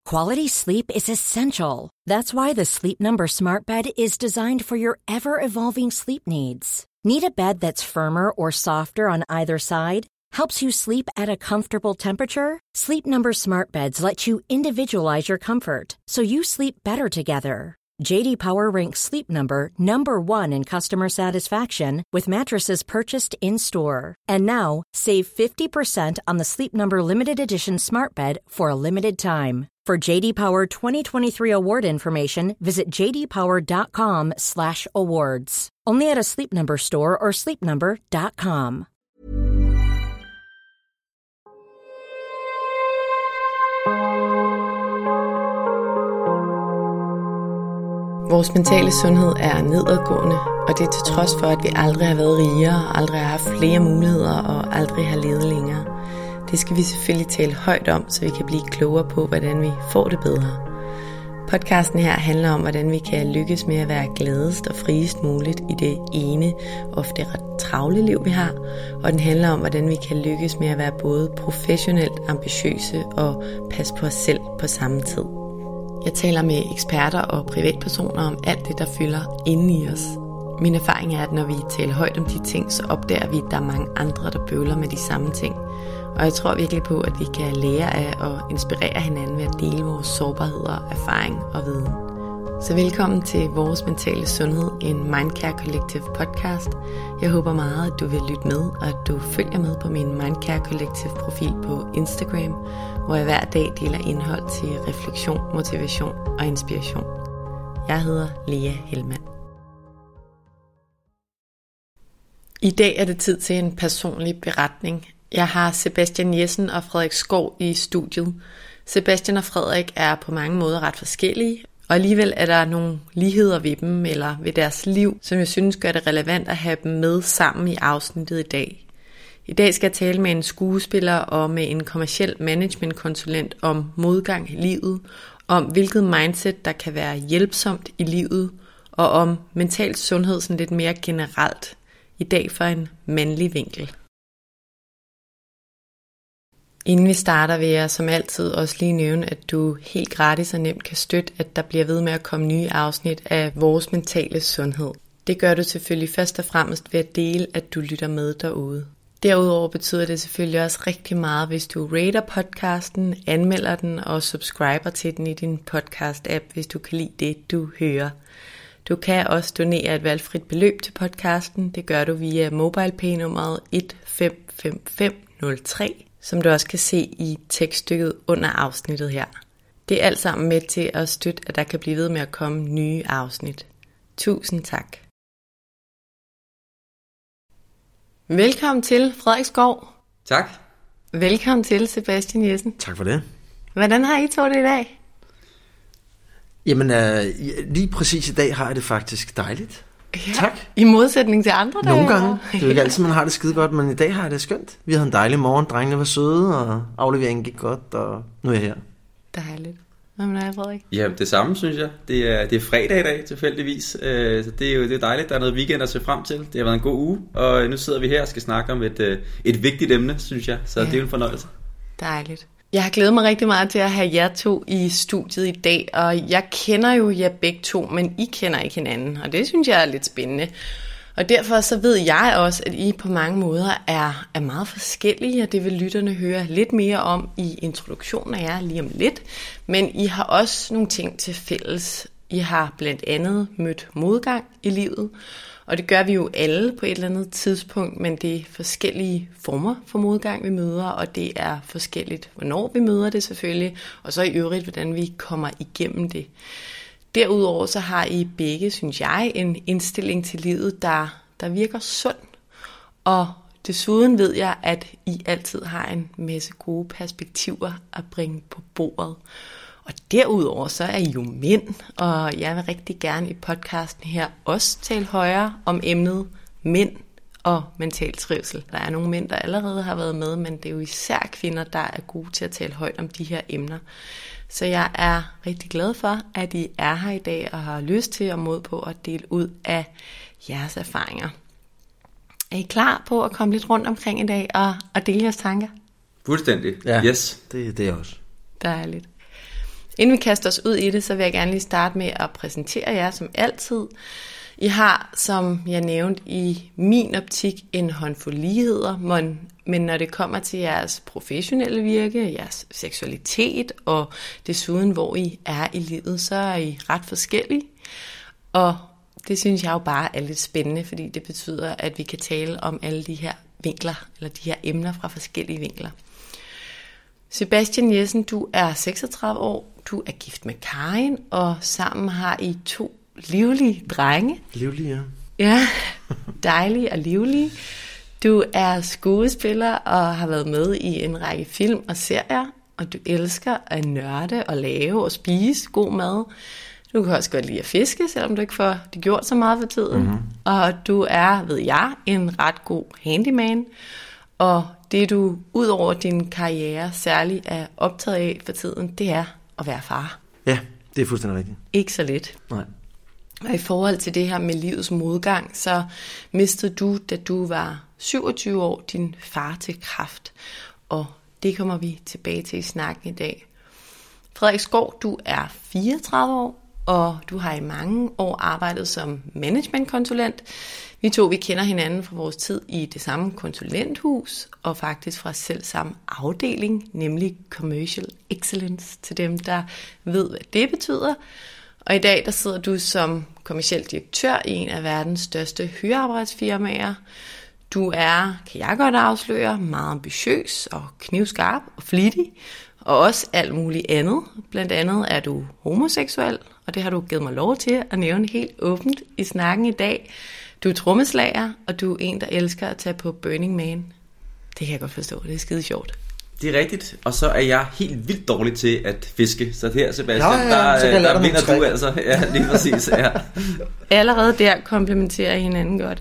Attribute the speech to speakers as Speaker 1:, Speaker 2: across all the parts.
Speaker 1: Quality sleep is essential. That's why the Sleep Number Smart Bed is designed for your ever-evolving sleep needs. Need a bed that's firmer or softer on either side? Helps you sleep at a comfortable temperature? Sleep Number Smart Beds let you individualize your comfort, so you sleep better together. J.D. Power ranks Sleep Number number 1 in customer satisfaction with mattresses purchased in-store. And now, save 50% on the Sleep Number Limited Edition Smart Bed for a limited time. For J.D. Power 2023 award information, visit jdpower.com/awards. Only at a Sleep Number store or sleepnumber.com.
Speaker 2: Vores mentale sundhed er nedadgående, og det er til trods for, at vi aldrig har været rigere, aldrig har haft flere muligheder og aldrig har levet længere. Det skal vi selvfølgelig tale højt om, så vi kan blive klogere på, hvordan vi får det bedre. Podcasten her handler om, hvordan vi kan lykkes med at være gladest og friest muligt i det ene, ofte ret travle liv, vi har. Og den handler om, hvordan vi kan lykkes med at være både professionelt ambitiøse og passe på os selv på samme tid. Jeg taler med eksperter og privatpersoner om alt det, der fylder inde i os. Min erfaring er, at når vi taler højt om de ting, så opdager vi, at der er mange andre, der bøvler med de samme ting. Og jeg tror virkelig på, at vi kan lære af og inspirere hinanden ved at dele vores sårbarheder, erfaring og viden. Så velkommen til Vores Mentale Sundhed, en Mindcare Collective podcast. Jeg håber meget, at du vil lytte med, og at du følger med på min Mindcare Collective profil på Instagram, hvor jeg hver dag deler indhold til refleksion, motivation og inspiration. Jeg hedder Lea Hellmann. I dag er det tid til en personlig beretning. Jeg har Sebastian Jessen og Frederik Skov i studiet. Sebastian og Frederik er på mange måder ret forskellige, og alligevel er der nogle ligheder ved dem eller ved deres liv, som jeg synes gør det relevant at have dem med sammen i afsnittet i dag. I dag skal jeg tale med en skuespiller og med en kommerciel managementkonsulent om modgang i livet, om hvilket mindset der kan være hjælpsomt i livet, og om mental sundhed sådan lidt mere generelt. I dag fra en mandlig vinkel. Inden vi starter, vil jeg som altid også lige nævne, at du helt gratis og nemt kan støtte, at der bliver ved med at komme nye afsnit af Vores Mentale Sundhed. Det gør du selvfølgelig først og fremmest ved at dele, at du lytter med derude. Derudover betyder det selvfølgelig også rigtig meget, hvis du rater podcasten, anmelder den og subscriber til den i din podcast-app, hvis du kan lide det, du hører. Du kan også donere et valgfrit beløb til podcasten. Det gør du via MobilePay-nummeret 155503, som du også kan se i tekststykket under afsnittet her. Det er alt sammen med til at støtte, at der kan blive ved med at komme nye afsnit. Tusind tak. Velkommen til Frederik Skov.
Speaker 3: Tak.
Speaker 2: Velkommen til Sebastian Jessen.
Speaker 3: Tak for det.
Speaker 2: Hvordan har I to det i dag?
Speaker 3: Jamen, lige præcis i dag har jeg det faktisk dejligt.
Speaker 2: Ja,
Speaker 3: tak.
Speaker 2: I modsætning til andre dage?
Speaker 3: Nogle gange. Det er jo ikke altid, man har det skide godt, men i dag har jeg det skønt. Vi havde en dejlig morgen, drengene var søde, og afleveringen gik godt, og nu er jeg her.
Speaker 2: Dejligt. Hvad med dig, Frederik?
Speaker 4: Ja, det samme, synes jeg. Det er fredag i dag, tilfældigvis. Så det er jo dejligt. Der er noget weekend at se frem til. Det har været en god uge, og nu sidder vi her og skal snakke om et vigtigt emne, synes jeg. Så ja. Det er jo en fornøjelse.
Speaker 2: Dejligt. Jeg har glædet mig rigtig meget til at have jer to i studiet i dag, og jeg kender jo jer begge to, men I kender ikke hinanden, og det synes jeg er lidt spændende. Og derfor så ved jeg også, at I på mange måder er meget forskellige, og det vil lytterne høre lidt mere om i introduktionen af jer lige om lidt. Men I har også nogle ting til fælles. I har blandt andet mødt modgang i livet, og det gør vi jo alle på et eller andet tidspunkt, men det er forskellige former for modgang, vi møder, og det er forskelligt, hvornår vi møder det selvfølgelig, og så i øvrigt, hvordan vi kommer igennem det. Derudover så har I begge, synes jeg, en indstilling til livet, der virker sund, og desuden ved jeg, at I altid har en masse gode perspektiver at bringe på bordet. Og derudover så er I jo mænd, og jeg vil rigtig gerne i podcasten her også tale højere om emnet mænd og mental trivsel. Der er nogle mænd, der allerede har været med, men det er jo især kvinder, der er gode til at tale højt om de her emner. Så jeg er rigtig glad for, at I er her i dag og har lyst til og mod på at dele ud af jeres erfaringer. Er I klar på at komme lidt rundt omkring i dag og dele jeres tanker?
Speaker 4: Fuldstændig.
Speaker 3: Ja,
Speaker 4: yes.
Speaker 3: Det er også.
Speaker 2: Dejligt. Inden vi kaster os ud i det, så vil jeg gerne lige starte med at præsentere jer som altid. I har, som jeg nævnte, i min optik en håndfuld ligheder, men når det kommer til jeres professionelle virke, jeres seksualitet og desuden hvor I er i livet, så er I ret forskellige. Og det synes jeg jo bare er lidt spændende, fordi det betyder, at vi kan tale om alle de her vinkler, eller de her emner fra forskellige vinkler. Sebastian Jessen, du er 36 år, du er gift med Karin, og sammen har I 2 livlige drenge.
Speaker 3: Livlige, ja.
Speaker 2: Ja, dejlige og livlige. Du er skuespiller og har været med i en række film og serier, og du elsker at nørde og lave og spise god mad. Du kan også godt lide at fiske, selvom du ikke får det gjort så meget for tiden. Mm-hmm. Og du er, ved jeg, en ret god handyman. Og det du, ud over din karriere, særligt er optaget af for tiden, det er at være far.
Speaker 3: Ja, det er fuldstændig rigtigt.
Speaker 2: Ikke så let.
Speaker 3: Nej.
Speaker 2: Og i forhold til det her med livets modgang, så mistede du, da du var 27 år, din far til kræft. Og det kommer vi tilbage til i snakken i dag. Frederik Skov, du er 34 år, og du har i mange år arbejdet som managementkonsulent. Vi kender hinanden fra vores tid i det samme konsulenthus, og faktisk fra selv samme afdeling, nemlig Commercial Excellence, til dem, der ved, hvad det betyder. Og i dag, der sidder du som kommerciel direktør i en af verdens største hørearbejdsfirmaer. Du er, kan jeg godt afsløre, meget ambitiøs og knivskarp og flittig, og også alt muligt andet. Blandt andet er du homoseksuel, og det har du givet mig lov til at nævne helt åbent i snakken i dag. Du er trommeslager, og du er en, der elsker at tage på Burning Man. Det kan jeg godt forstå, det er skide sjovt.
Speaker 4: Det er rigtigt, og så er jeg helt vildt dårlig til at fiske. Så her, Sebastian,
Speaker 3: der
Speaker 4: vinder du altså. Ja, lige præcis. Ja.
Speaker 2: Allerede der komplementerer hinanden godt.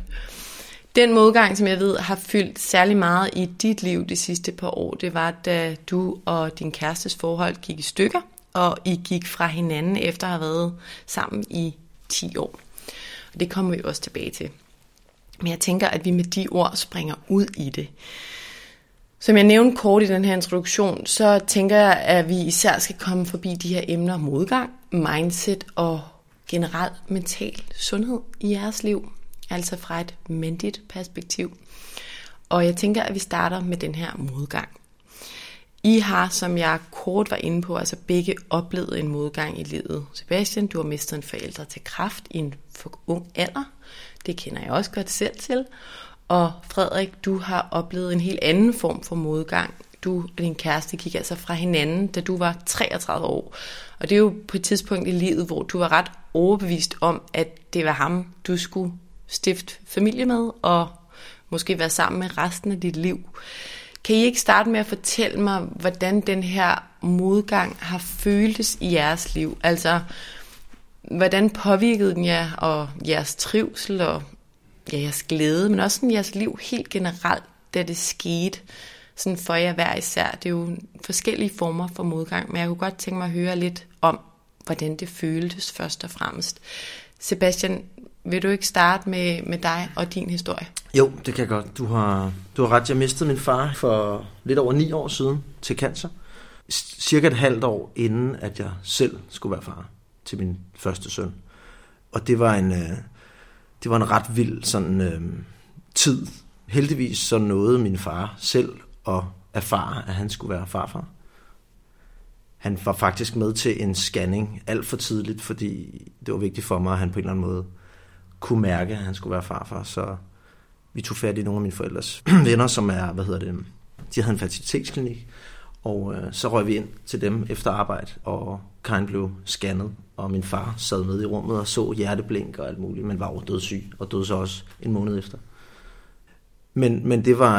Speaker 2: Den modgang, som jeg ved har fyldt særlig meget i dit liv de sidste par år, det var, da du og din kærestes forhold gik i stykker, og I gik fra hinanden efter at have været sammen i 10 år. Og det kommer vi også tilbage til. Men jeg tænker, at vi med de ord springer ud i det. Som jeg nævnte kort i den her introduktion, så tænker jeg, at vi især skal komme forbi de her emner modgang, mindset og generelt mental sundhed i jeres liv. Altså fra et mentigt perspektiv. Og jeg tænker, at vi starter med den her modgang. I har, som jeg kort var inde på, altså begge oplevet en modgang i livet. Sebastian, du har mistet en forælder til kræft i en for ung alder. Det kender jeg også godt selv til. Og Frederik, du har oplevet en helt anden form for modgang. Du og din kæreste gik altså fra hinanden, da du var 33 år. Og det er jo på et tidspunkt i livet, hvor du var ret overbevist om, at det var ham, du skulle stifte familie med, og måske være sammen med resten af dit liv. Kan I ikke starte med at fortælle mig, hvordan den her modgang har føltes i jeres liv? Altså, hvordan påvirkede den jer og jeres trivsel og jeres glæde, men også sådan jeres liv helt generelt, da det skete sådan for jer hver især? Det er jo forskellige former for modgang, men jeg kunne godt tænke mig at høre lidt om, hvordan det føltes først og fremmest. Sebastian, vil du ikke starte med dig og din historie?
Speaker 3: Jo, det kan jeg godt. Du har ret. Jeg mistede min far for lidt over 9 år siden til cancer. Cirka et halvt år inden, at jeg selv skulle være far til min første søn. Og det var en ret vild sådan, tid. Heldigvis så nåede min far selv at erfare, at han skulle være farfar. Han var faktisk med til en scanning alt for tidligt, fordi det var vigtigt for mig, at han på en eller anden måde kunne mærke, at han skulle være farfar. Så vi tog fat i nogle af mine forældres venner, som er, de havde en fertilitetsklinik, og så røg vi ind til dem efter arbejde, og Karin blev scannet, og min far sad med i rummet og så hjerteblink og alt muligt, men var jo dødssyg, og døde så også en måned efter. Men det var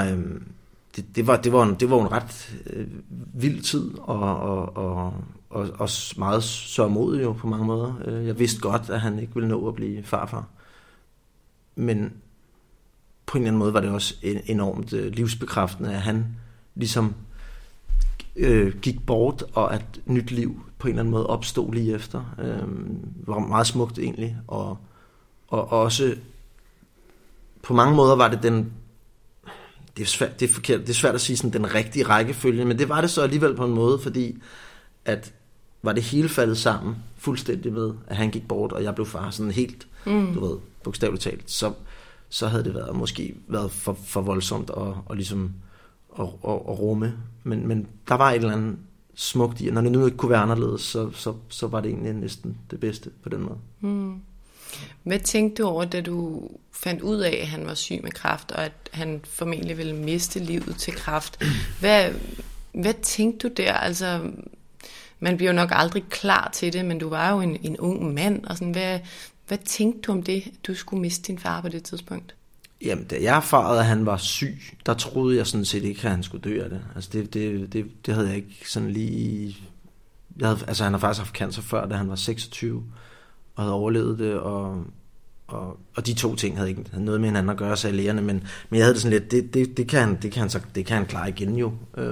Speaker 3: en ret vild tid, og meget sørgmodig jo på mange måder. Jeg vidste godt, at han ikke ville nå at blive farfar. Men på en eller anden måde var det også enormt livsbekræftende, at han ligesom gik bort, og at nyt liv på en eller anden måde opstod lige efter. Var meget smukt egentlig, og også på mange måder var det det er svært at sige sådan den rigtige rækkefølge, men det var det så alligevel på en måde, fordi at var det hele faldet sammen fuldstændig med, at han gik bort, og jeg blev far sådan helt, du ved, bogstaveligt talt, så havde det været for voldsomt og ligesom at rumme. Men der var et eller andet smukt i, og når det nu ikke kunne være anderledes, så var det egentlig næsten det bedste på den måde.
Speaker 2: Hvad tænkte du over, da du fandt ud af, at han var syg med kræft, og at han formentlig ville miste livet til kræft? Hvad tænkte du der? Altså, man bliver jo nok aldrig klar til det, men du var jo en ung mand, og sådan, hvad tænkte du om det, du skulle miste din far på det tidspunkt?
Speaker 3: Jamen, da jeg erfarede, at han var syg, der troede jeg sådan set ikke, at han skulle dø af det. Altså, det havde jeg ikke sådan lige... han har faktisk haft cancer før, da han var 26, og havde overlevet det, og de to ting havde ikke noget med hinanden at gøre, sagde lægerne, men jeg havde det sådan lidt, det kan han klare igen jo.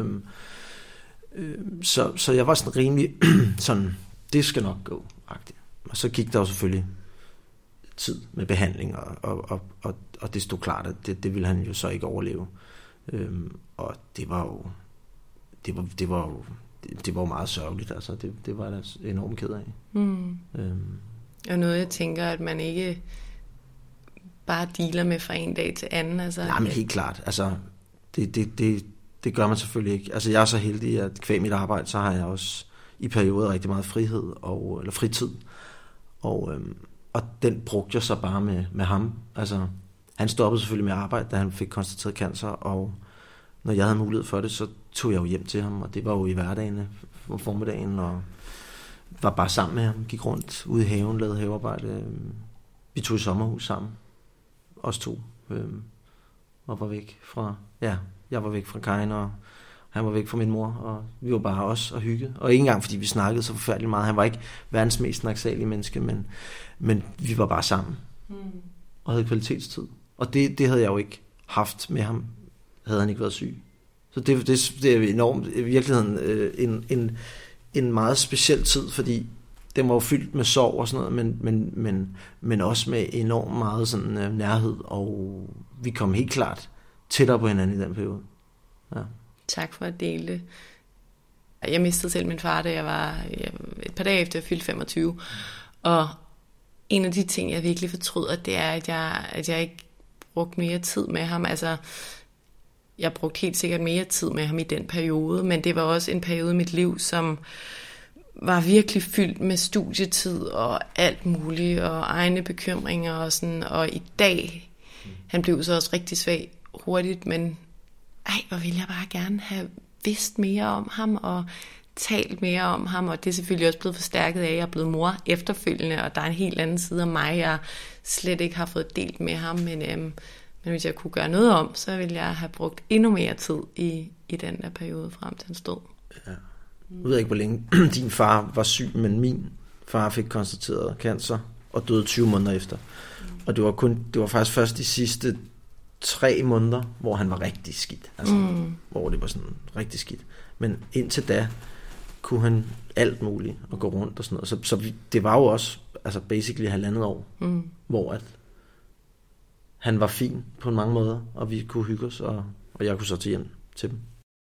Speaker 3: Så jeg var sådan rimelig sådan, det skal nok gå, agtigt. Og så gik der jo selvfølgelig tid med behandling, og det stod klart, at det ville han jo så ikke overleve. Og det var jo meget sørgeligt, altså det var jeg enormt ked af.
Speaker 2: Og noget, jeg tænker, at man ikke bare dealer med fra en dag til anden. Altså.
Speaker 3: Nej, men helt klart. Altså, det gør man selvfølgelig ikke. Altså, jeg er så heldig, at kvæg mit arbejde, så har jeg også i perioder rigtig meget frihed, eller fritid. Og den brugte jeg så bare med ham. Altså, han stoppede selvfølgelig med at arbejde, da han fik konstateret cancer, og når jeg havde mulighed for det, så tog jeg jo hjem til ham, og det var jo i hverdagen om formiddagen, og var bare sammen med ham, gik rundt ude i haven, lavede havearbejde. Vi tog i sommerhus sammen, os to, og var væk fra, jeg var væk fra Karin, og han var væk fra min mor, og vi var bare os og hygge. Og ikke engang, fordi vi snakkede så forfærdeligt meget. Han var ikke verdens mest snaksalige menneske, men vi var bare sammen, og havde kvalitetstid. Og det havde jeg jo ikke haft med ham, havde han ikke været syg. Så det er enormt, i virkeligheden, en meget speciel tid, fordi den var jo fyldt med sorg og sådan noget, men også med enormt meget sådan nærhed, og vi kom helt klart tættere på hinanden i den periode. Ja.
Speaker 2: Tak for at dele det. Jeg mistede selv min far, da jeg var et par dage efter jeg fyldte 25, og en af de ting, jeg virkelig fortryder, det er, at jeg ikke brugte mere tid med ham. Altså, jeg brugte helt sikkert mere tid med ham i den periode, men det var også en periode i mit liv, som var virkelig fyldt med studietid og alt muligt, og egne bekymringer og sådan. Og i dag, han blev så også rigtig svag hurtigt, men hvor ville jeg bare gerne have vidst mere om ham og talt mere om ham, og det er selvfølgelig også blevet forstærket af, at jeg er blevet mor efterfølgende, og der er en helt anden side af mig, jeg slet ikke har fået delt med ham, men hvis jeg kunne gøre noget om, så ville jeg have brugt endnu mere tid i den der periode frem til hans død.
Speaker 3: Ja. Jeg ved ikke, hvor længe din far var syg, men min far fik konstateret cancer og døde 20 måneder efter. Og det var faktisk først de sidste 3 måneder, hvor han var rigtig skidt. Altså, hvor det var sådan rigtig skidt. Men indtil da kunne han alt muligt og gå rundt og sådan noget. Så det var jo også basically 1,5 år, hvor at han var fin på mange måder, og vi kunne hygge os, og jeg kunne så tage hjem til dem.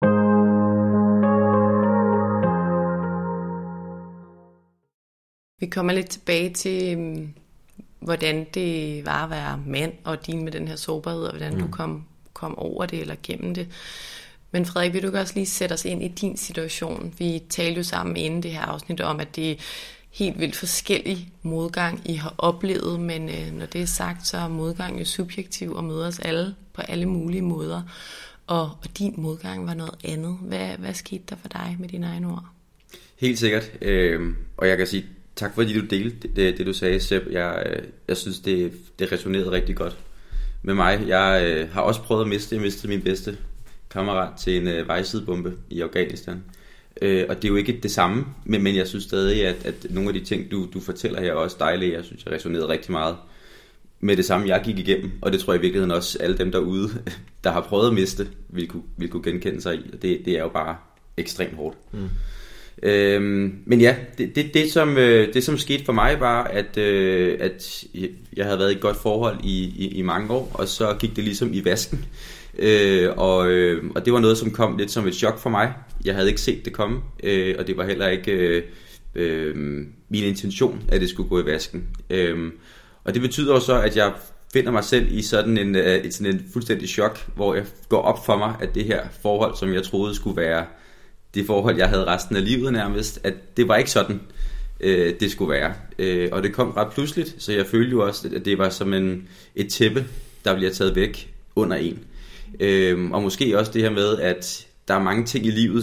Speaker 2: Vi kommer lidt tilbage til, hvordan det var at være mand og din med den her sårbarhed, og hvordan du kom over det eller gennem det. Men Frederik, vil du også lige sætte os ind i din situation? Vi talte jo sammen inden det her afsnit om, at det er helt vildt forskellig modgang, I har oplevet, men når det er sagt, så er modgang jo subjektiv og møder os alle på alle mulige måder. Og din modgang var noget andet. Hvad skete der for dig med dine egne ord?
Speaker 4: Helt sikkert, og jeg kan sige tak fordi du delte det du sagde, Sepp. Jeg synes, det resonerede rigtig godt med mig. Jeg har også prøvet at miste min bedste kammerat til en vejsidebombe i Afghanistan. Og det er jo ikke det samme, men jeg synes stadig, at nogle af de ting, du fortæller her, er også dejlige. Jeg synes, jeg resonerede rigtig meget med det samme, jeg gik igennem. Og det tror jeg i virkeligheden også, alle dem derude, der har prøvet at miste, vil kunne genkende sig i. Og det er jo bare ekstremt hårdt. Men ja, det som skete for mig var, at jeg havde været i et godt forhold i mange år, og så gik det ligesom i vasken. Og det var noget, som kom lidt som et chok for mig. Jeg havde ikke set det komme, og det var heller ikke min intention, at det skulle gå i vasken. Og det betyder jo så, at jeg finder mig selv i sådan en fuldstændig chok, hvor jeg går op for mig, at det her forhold, som jeg troede skulle være det forhold, jeg havde resten af livet nærmest, at det var ikke sådan, det skulle være. Og det kom ret pludseligt, så jeg følte jo også, at det var som et tæppe, der bliver taget væk under en. Og måske også det her med, at der er mange ting i livet,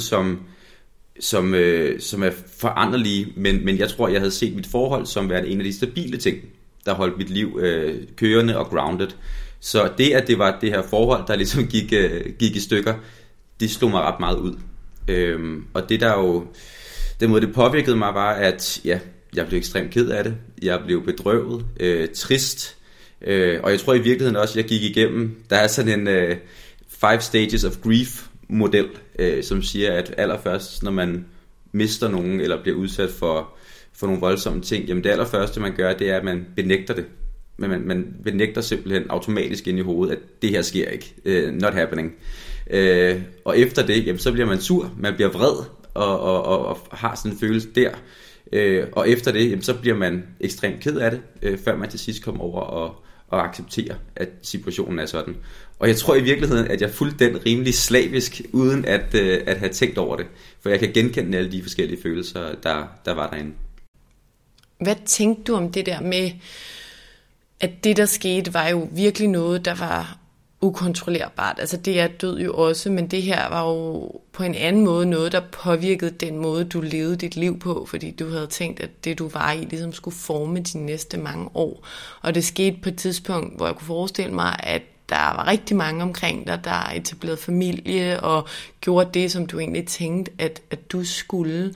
Speaker 4: som er foranderlige, men jeg tror, jeg havde set mit forhold som værende en af de stabile ting, der holdt mit liv kørende og grounded. Så det, at det var det her forhold, der ligesom gik i stykker, det slog mig ret meget ud. Og det der jo, den måde det påvirkede mig, var, at ja, jeg blev ekstremt ked af det. Jeg blev bedrøvet, trist. Og jeg tror i virkeligheden også, jeg gik igennem, der er sådan en 5 stages of grief model, som siger, at allerførst, når man mister nogen, eller bliver udsat for nogle voldsomme ting, jamen det allerførste, man gør, det er, at man benægter det. Men man benægter simpelthen automatisk ind i hovedet, at det her sker ikke. Not happening. Og efter det, jamen, så bliver man sur, man bliver vred, og har sådan en følelse der. Og efter det, jamen, så bliver man ekstremt ked af det, før man til sidst kommer over og accepterer, at situationen er sådan. Og jeg tror i virkeligheden, at jeg fulgte den rimelig slavisk, uden at have tænkt over det. For jeg kan genkende alle de forskellige følelser, der var derinde.
Speaker 2: Hvad tænkte du om det der med, at det der skete, var jo virkelig noget, der var ukontrollerbart? Altså det er død jo også, men det her var jo på en anden måde noget, der påvirkede den måde, du levede dit liv på, fordi du havde tænkt, at det du var i, ligesom skulle forme de næste mange år. Og det skete på et tidspunkt, hvor jeg kunne forestille mig, at der var rigtig mange omkring dig, der etablerede familie og gjorde det, som du egentlig tænkte, at du skulle.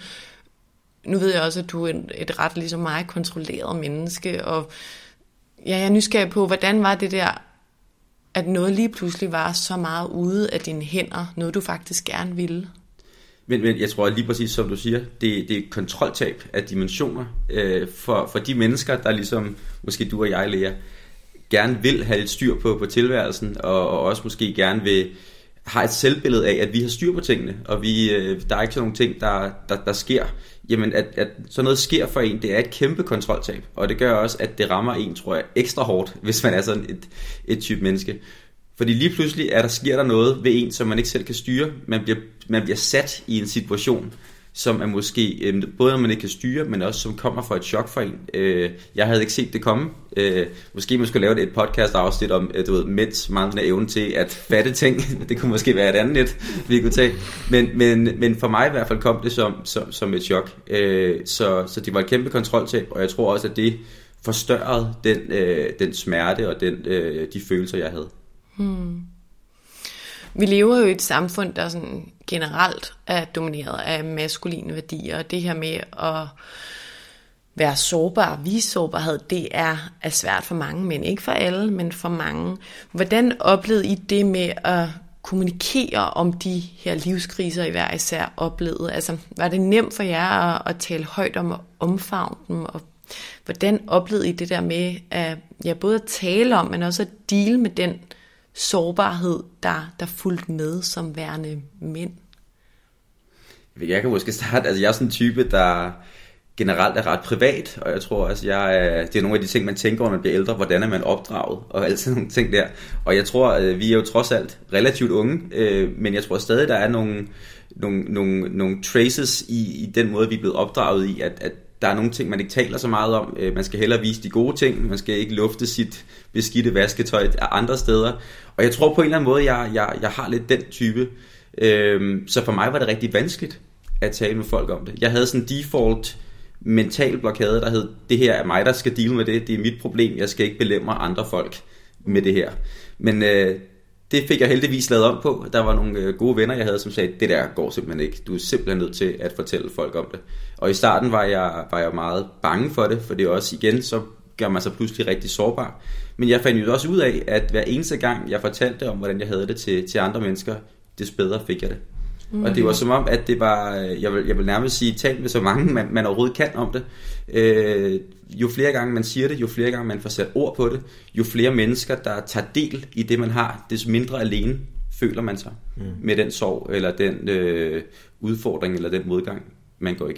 Speaker 2: Nu ved jeg også, at du er et ret ligesom mig kontrolleret menneske, og jeg er nysgerrig på, hvordan var det der, at noget lige pludselig var så meget ude af dine hænder, noget du faktisk gerne ville?
Speaker 4: Men jeg tror lige præcis, som du siger, det er et kontroltab af dimensioner for de mennesker, der ligesom, måske du og jeg, Lea, gerne vil have lidt styr på tilværelsen, og også måske gerne vil have et selvbillede af, at vi har styr på tingene, og der er ikke sådan nogle ting, der sker. Jamen, at sådan noget sker for en, det er et kæmpe kontroltab, og det gør også, at det rammer en, tror jeg, ekstra hårdt, hvis man er sådan et type menneske. Fordi lige pludselig sker der noget ved en, som man ikke selv kan styre. Man bliver sat i en situation, som er måske, både når man ikke kan styre, men også som kommer fra et chok for en. Jeg havde ikke set det komme. Måske man skulle lave et podcast-afsnit om, mænds manglende evne til at fatte ting. Det kunne måske være et andet net, vi kunne tage. Men for mig i hvert fald kom det som et chok. Så det var et kæmpe kontroltab, og jeg tror også, at det forstørrede den smerte og de følelser, jeg havde.
Speaker 2: Vi lever jo i et samfund, der sådan generelt er domineret af maskuline værdier, og det her med at være sårbar, vise sårbarhed, det er svært for mange, men ikke for alle, men for mange. Hvordan oplevede I det med at kommunikere om de her livskriser, I hver især oplevede? Altså, var det nemt for jer at tale højt om og omfavne dem, og hvordan oplevede I det der med at både at tale om, men også at deale med den sårbarhed, der fulgte med som værende mænd?
Speaker 4: Jeg kan måske starte, altså jeg er sådan en type, der generelt er ret privat, og jeg tror også, det er nogle af de ting, man tænker, når man bliver ældre, hvordan er man opdraget, og alt sådan nogle ting der. Og jeg tror, vi er jo trods alt relativt unge, men jeg tror stadig, der er nogle traces i den måde, vi er blevet opdraget i, at der er nogle ting, man ikke taler så meget om. Man skal hellere vise de gode ting. Man skal ikke lufte sit beskidte vasketøj andre steder. Og jeg tror på en eller anden måde, jeg har lidt den type. Så for mig var det rigtig vanskeligt at tale med folk om det. Jeg havde sådan en default mental blokade, der hed, det her er mig, der skal deale med det. Det er mit problem. Jeg skal ikke belemre andre folk med det her. Men det fik jeg heldigvis lavet om på. Der var nogle gode venner, jeg havde, som sagde, det der går simpelthen ikke. Du er simpelthen nødt til at fortælle folk om det. Og i starten var jeg meget bange for det, for det er også igen, så gør man sig pludselig rigtig sårbar. Men jeg fandt jo også ud af, at hver eneste gang, jeg fortalte om, hvordan jeg havde det til andre mennesker, des bedre fik jeg det. Og det var som om, at det var, jeg vil nærmest sige, tal med så mange, man overhovedet kan om det. Jo flere gange man siger det, jo flere gange man får sat ord på det, jo flere mennesker, der tager del i det, man har, des mindre alene føler man sig med den sorg, eller den udfordring, eller den modgang, man går igennem.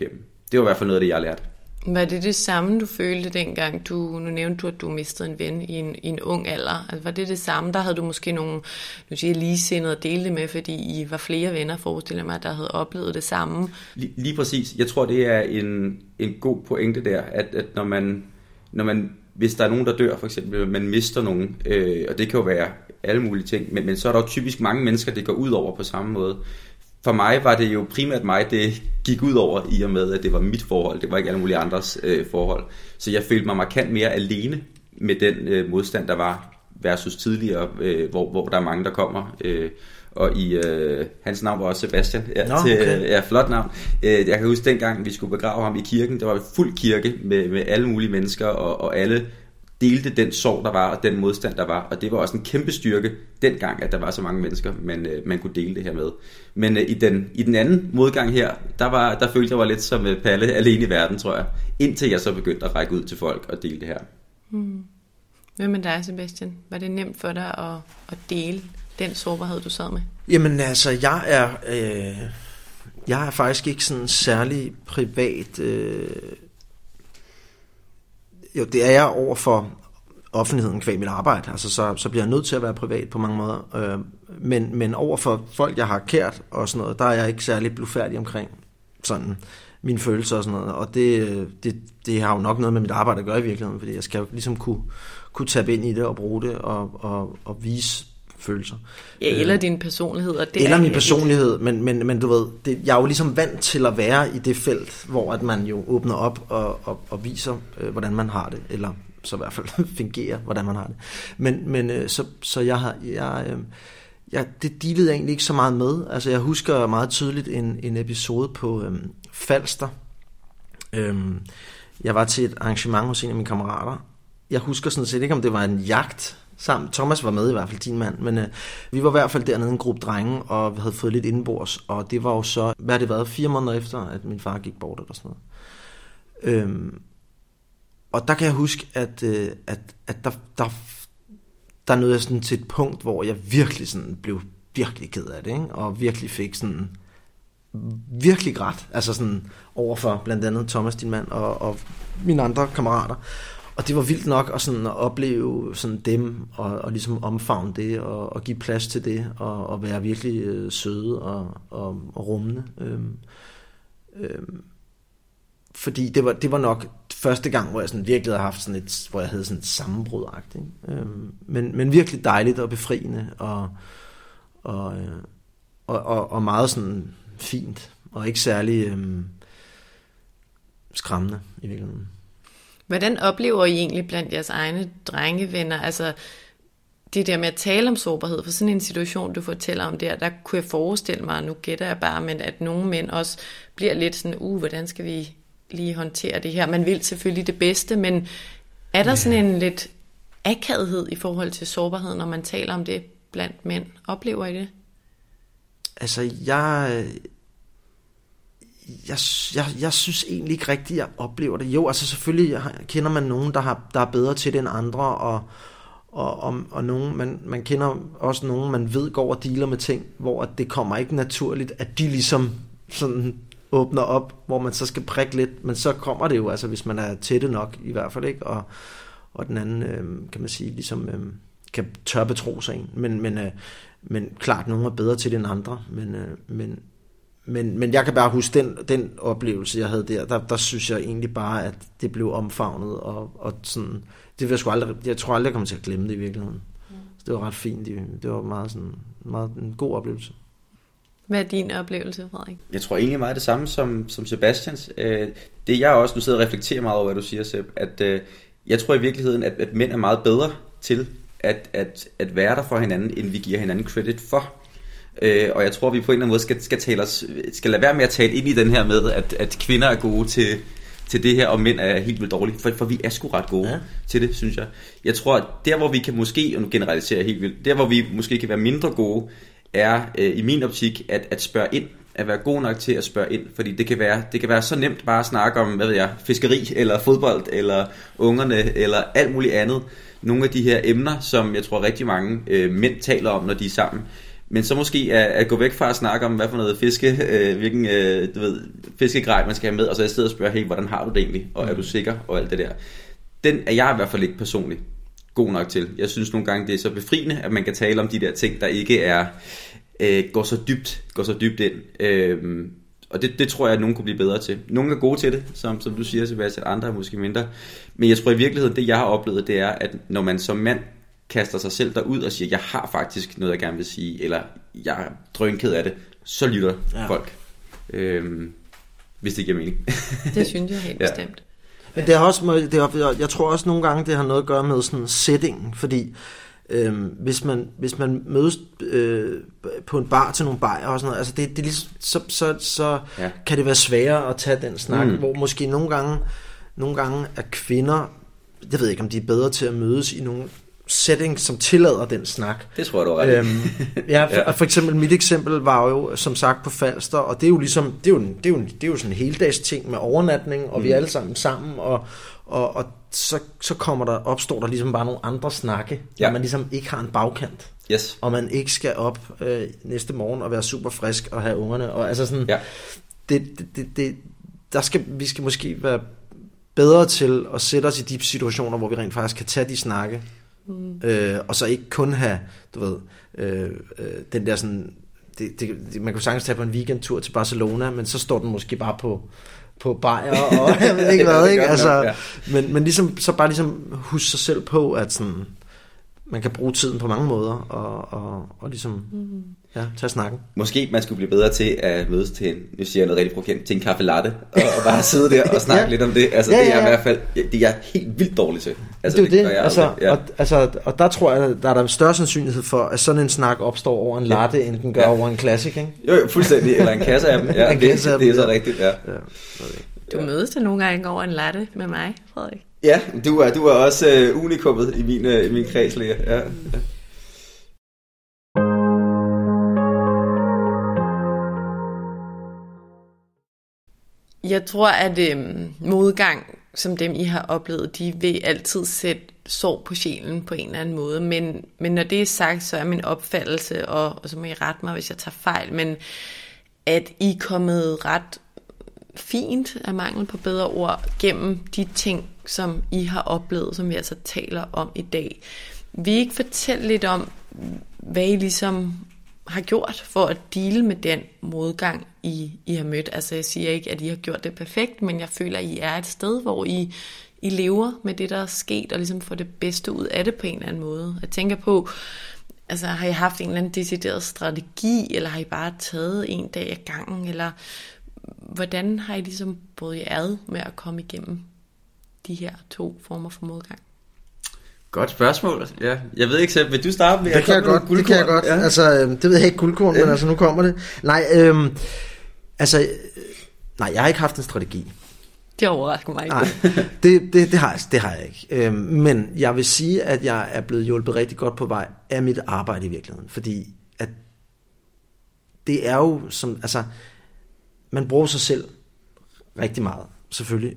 Speaker 4: Det var i hvert fald noget af det, jeg lærte.
Speaker 2: Var det det samme, du følte dengang, nu nævnte du, at du mistede en ven i en ung alder? Altså, var det samme? Der havde du måske nogle, ligesindede at dele det med, fordi I var flere venner, forestiller mig, der havde oplevet det samme.
Speaker 4: Lige præcis. Jeg tror, det er en god pointe der, at når man hvis der er nogen, der dør, for eksempel, man mister nogen, og det kan jo være alle mulige ting, men så er der jo typisk mange mennesker, det går ud over på samme måde. For mig var det jo primært mig, det gik ud over, i og med, at det var mit forhold. Det var ikke alle mulige andres forhold. Så jeg følte mig markant mere alene med den modstand, der var, versus tidligere, hvor der er mange, der kommer. Og hans navn var også Sebastian. Ja, flot navn. Jeg kan huske dengang, vi skulle begrave ham i kirken, der var fuld kirke med alle mulige mennesker, og alle delte den sorg, der var, og den modstand, der var. Og det var også en kæmpe styrke dengang, at der var så mange mennesker, man kunne dele det her med. Men i den anden modgang her, der følte jeg var lidt som Palle alene i verden, tror jeg. Indtil jeg så begyndte at række ud til folk og dele det her.
Speaker 2: Hvad med dig, Sebastian? Var det nemt for dig at dele den sårbarhed, du sad med?
Speaker 3: Jamen altså, jeg er faktisk ikke sådan særlig privat. Jo, det er jeg over for offentligheden kvæg mit arbejde. Altså, så bliver jeg nødt til at være privat på mange måder. Men over for folk, jeg har kært og sådan noget, der er jeg ikke særlig blufærdig omkring sådan mine følelser og sådan noget. Og det har jo nok noget med mit arbejde at gøre i virkeligheden, fordi jeg skal jo ligesom kunne tabe ind i det og bruge det og vise følelser.
Speaker 2: Ja, eller din personlighed. Og det
Speaker 3: eller min personlighed, men du ved, jeg er jo ligesom vant til at være i det felt, hvor at man jo åbner op og viser, hvordan man har det, eller så i hvert fald fungerer, hvordan man har det. Men så det dealede jeg egentlig ikke så meget med. Altså jeg husker meget tydeligt en episode på Falster. Jeg var til et arrangement hos en af mine kammerater. Jeg husker sådan set ikke, om det var en jagt sammen. Thomas var med i hvert fald, din mand, men vi var i hvert fald dernede en gruppe drenge, og vi havde fået lidt indenbords, og det var jo så, hvad har det været, 4 måneder efter, at min far gik bort eller sådan noget. Og der kan jeg huske, at der nåede jeg sådan til et punkt, hvor jeg virkelig sådan blev virkelig ked af det, ikke? Og virkelig fik sådan virkelig grædt, altså sådan overfor blandt andet Thomas, din mand, og mine andre kammerater. Og det var vildt nok at opleve sådan dem, og ligesom omfavne det, og give plads til det, og være virkelig søde og rummende. Fordi det var nok første gang, hvor jeg sådan virkelig havde haft sådan hvor jeg havde sådan et sammenbrud-agtigt. Men virkelig dejligt og befriende, og meget sådan fint, og ikke særlig skræmmende i virkeligheden.
Speaker 2: Hvordan oplever I egentlig blandt jeres egne drengevenner, altså det der med at tale om sårbarhed, for sådan en situation, du fortæller om der kunne jeg forestille mig, nu gætter jeg bare, men at nogle mænd også bliver lidt sådan, hvordan skal vi lige håndtere det her? Man vil selvfølgelig det bedste, men er der sådan en lidt akavethed i forhold til sårbarhed, når man taler om det blandt mænd? Oplever I det?
Speaker 3: Altså, jeg synes egentlig ikke rigtigt, jeg oplever det. Jo, altså selvfølgelig kender man nogen, der er bedre til det end andre, og nogen, man kender også nogen, man ved går og dealer med ting, hvor det kommer ikke naturligt, at de ligesom sådan åbner op, hvor man så skal prikke lidt, men så kommer det jo, altså hvis man er tætte nok i hvert fald, ikke? Og den anden, kan man sige, ligesom kan tør betro sig en. Men klart, nogen er bedre til det end andre, men jeg kan bare huske den oplevelse, jeg havde der synes jeg egentlig bare, at det blev omfavnet, og sådan, det vil jeg tror aldrig, jeg kommer til at glemme det i virkeligheden. Så det var ret fint, det var meget en god oplevelse.
Speaker 2: Hvad er din oplevelse, Frederik?
Speaker 4: Jeg tror egentlig meget det samme som Sebastians. Det jeg også nu sidder og reflekterer meget over, hvad du siger, Seb, at jeg tror i virkeligheden, at mænd er meget bedre til at være der for hinanden, end vi giver hinanden credit for. Og jeg tror, vi på en eller anden måde skal lade være med at tale ind i den her med, at kvinder er gode til det her, og mænd er helt vildt dårlige, for vi er sgu ret gode til det, synes jeg. Jeg tror, at der hvor vi kan måske, og nu generaliserer helt vildt, der hvor vi måske kan være mindre gode, er i min optik at spørge ind, at være god nok til at spørge ind, fordi det kan være så nemt bare at snakke om, fiskeri, eller fodbold, eller ungerne, eller alt muligt andet. Nogle af de her emner, som jeg tror rigtig mange mænd taler om, når de er sammen. Men så måske at gå væk fra at snakke om, hvad for noget hvilken fiskegrej man skal have med, og så i stedet spørge, hey, hvordan har du det egentlig, og er du sikker, og alt det der. Den er jeg i hvert fald ikke personligt god nok til. Jeg synes nogle gange, det er så befriende, at man kan tale om de der ting, der ikke er går så dybt ind. Og det tror jeg, at nogen kunne blive bedre til. Nogle er gode til det, som du siger, Sebastian, andre er måske mindre. Men jeg tror i virkeligheden, det jeg har oplevet, det er, at når man som mand kaster sig selv derud og siger, jeg har faktisk noget, jeg gerne vil sige, eller jeg er drønked af det, så lytter folk. Hvis det giver mening.
Speaker 2: Det synes jeg helt bestemt.
Speaker 3: Men det er også, jeg tror også nogle gange, det har noget at gøre med sådan settingen, fordi hvis man mødes på en bar til nogle bajer og sådan noget, altså det er ligesom, så kan det være sværere at tage den snak, hvor måske nogle gange er kvinder, jeg ved ikke om de er bedre til at mødes i nogle setting, som tillader den snak.
Speaker 4: Det tror jeg, du er ret.
Speaker 3: For eksempel mit eksempel var jo som sagt på Falster, og det er jo ligesom det er jo sådan en heldags ting med overnatning, og vi er alle sammen og så opstår der ligesom bare nogle andre snakke, når man ligesom ikke har en bagkant.
Speaker 4: Yes.
Speaker 3: Og man ikke skal op næste morgen og være super frisk og have ungerne, og altså sådan vi skal måske være bedre til at sætte os i de situationer, hvor vi rent faktisk kan tage de snakke. Og så ikke kun have, du ved, den der sådan, man kunne sagtens tage på en weekendtur til Barcelona, men så står den måske bare på bajer og jeg ved ikke hvad, ikke? Altså, men ligesom, så bare ligesom huske sig selv på, at sådan, man kan bruge tiden på mange måder og ligesom tage snakken.
Speaker 4: Måske man skulle blive bedre til at mødes til nu siger jeg noget rigtig provokant, til en kaffe latte og bare sidde der og snakke lidt om det. Altså det er i hvert fald, det er jeg helt vildt dårlig til. Altså,
Speaker 3: det er det. Og der tror jeg, der er større sandsynlighed for, at sådan en snak opstår over en latte, end den gør over en classic, ikke?
Speaker 4: Jo, fuldstændig. Eller en kasse af dem. Ja, det er så rigtigt,
Speaker 2: Du mødes der nogle gange over en latte med mig, Frederik.
Speaker 4: Ja, du er også unikummet i min kredslæge. Ja.
Speaker 2: Jeg tror, at modgang, som dem I har oplevet, de vil altid sætte sorg på sjælen på en eller anden måde. Men når det er sagt, så er min opfattelse, og så må I rette mig, hvis jeg tager fejl, men at I er kommet ret fint, af mangel på bedre ord, gennem de ting, som I har oplevet, som vi altså taler om i dag. Vil I ikke fortælle lidt om, hvad I ligesom har gjort for at deale med den modgang, I har mødt? Altså jeg siger ikke, at I har gjort det perfekt, men jeg føler, at I er et sted, hvor I lever med det, der er sket, og ligesom får det bedste ud af det på en eller anden måde. Jeg tænker på, altså har I haft en eller anden decideret strategi, eller har I bare taget en dag ad gangen, eller hvordan har I ligesom båret jer ad med at komme igennem de her to former for modgang?
Speaker 4: Godt spørgsmål. Ja. Jeg ved ikke selv, vil du starte med?
Speaker 3: Det kan jeg godt. Ja. Altså, det ved jeg ikke guldkorn, men altså nu kommer det. Nej, jeg har ikke haft en strategi.
Speaker 2: Det overrasker mig ikke.
Speaker 3: Nej, det har jeg ikke. Men jeg vil sige, at jeg er blevet hjulpet rigtig godt på vej af mit arbejde i virkeligheden, fordi at det er jo som, altså man bruger sig selv rigtig meget, selvfølgelig.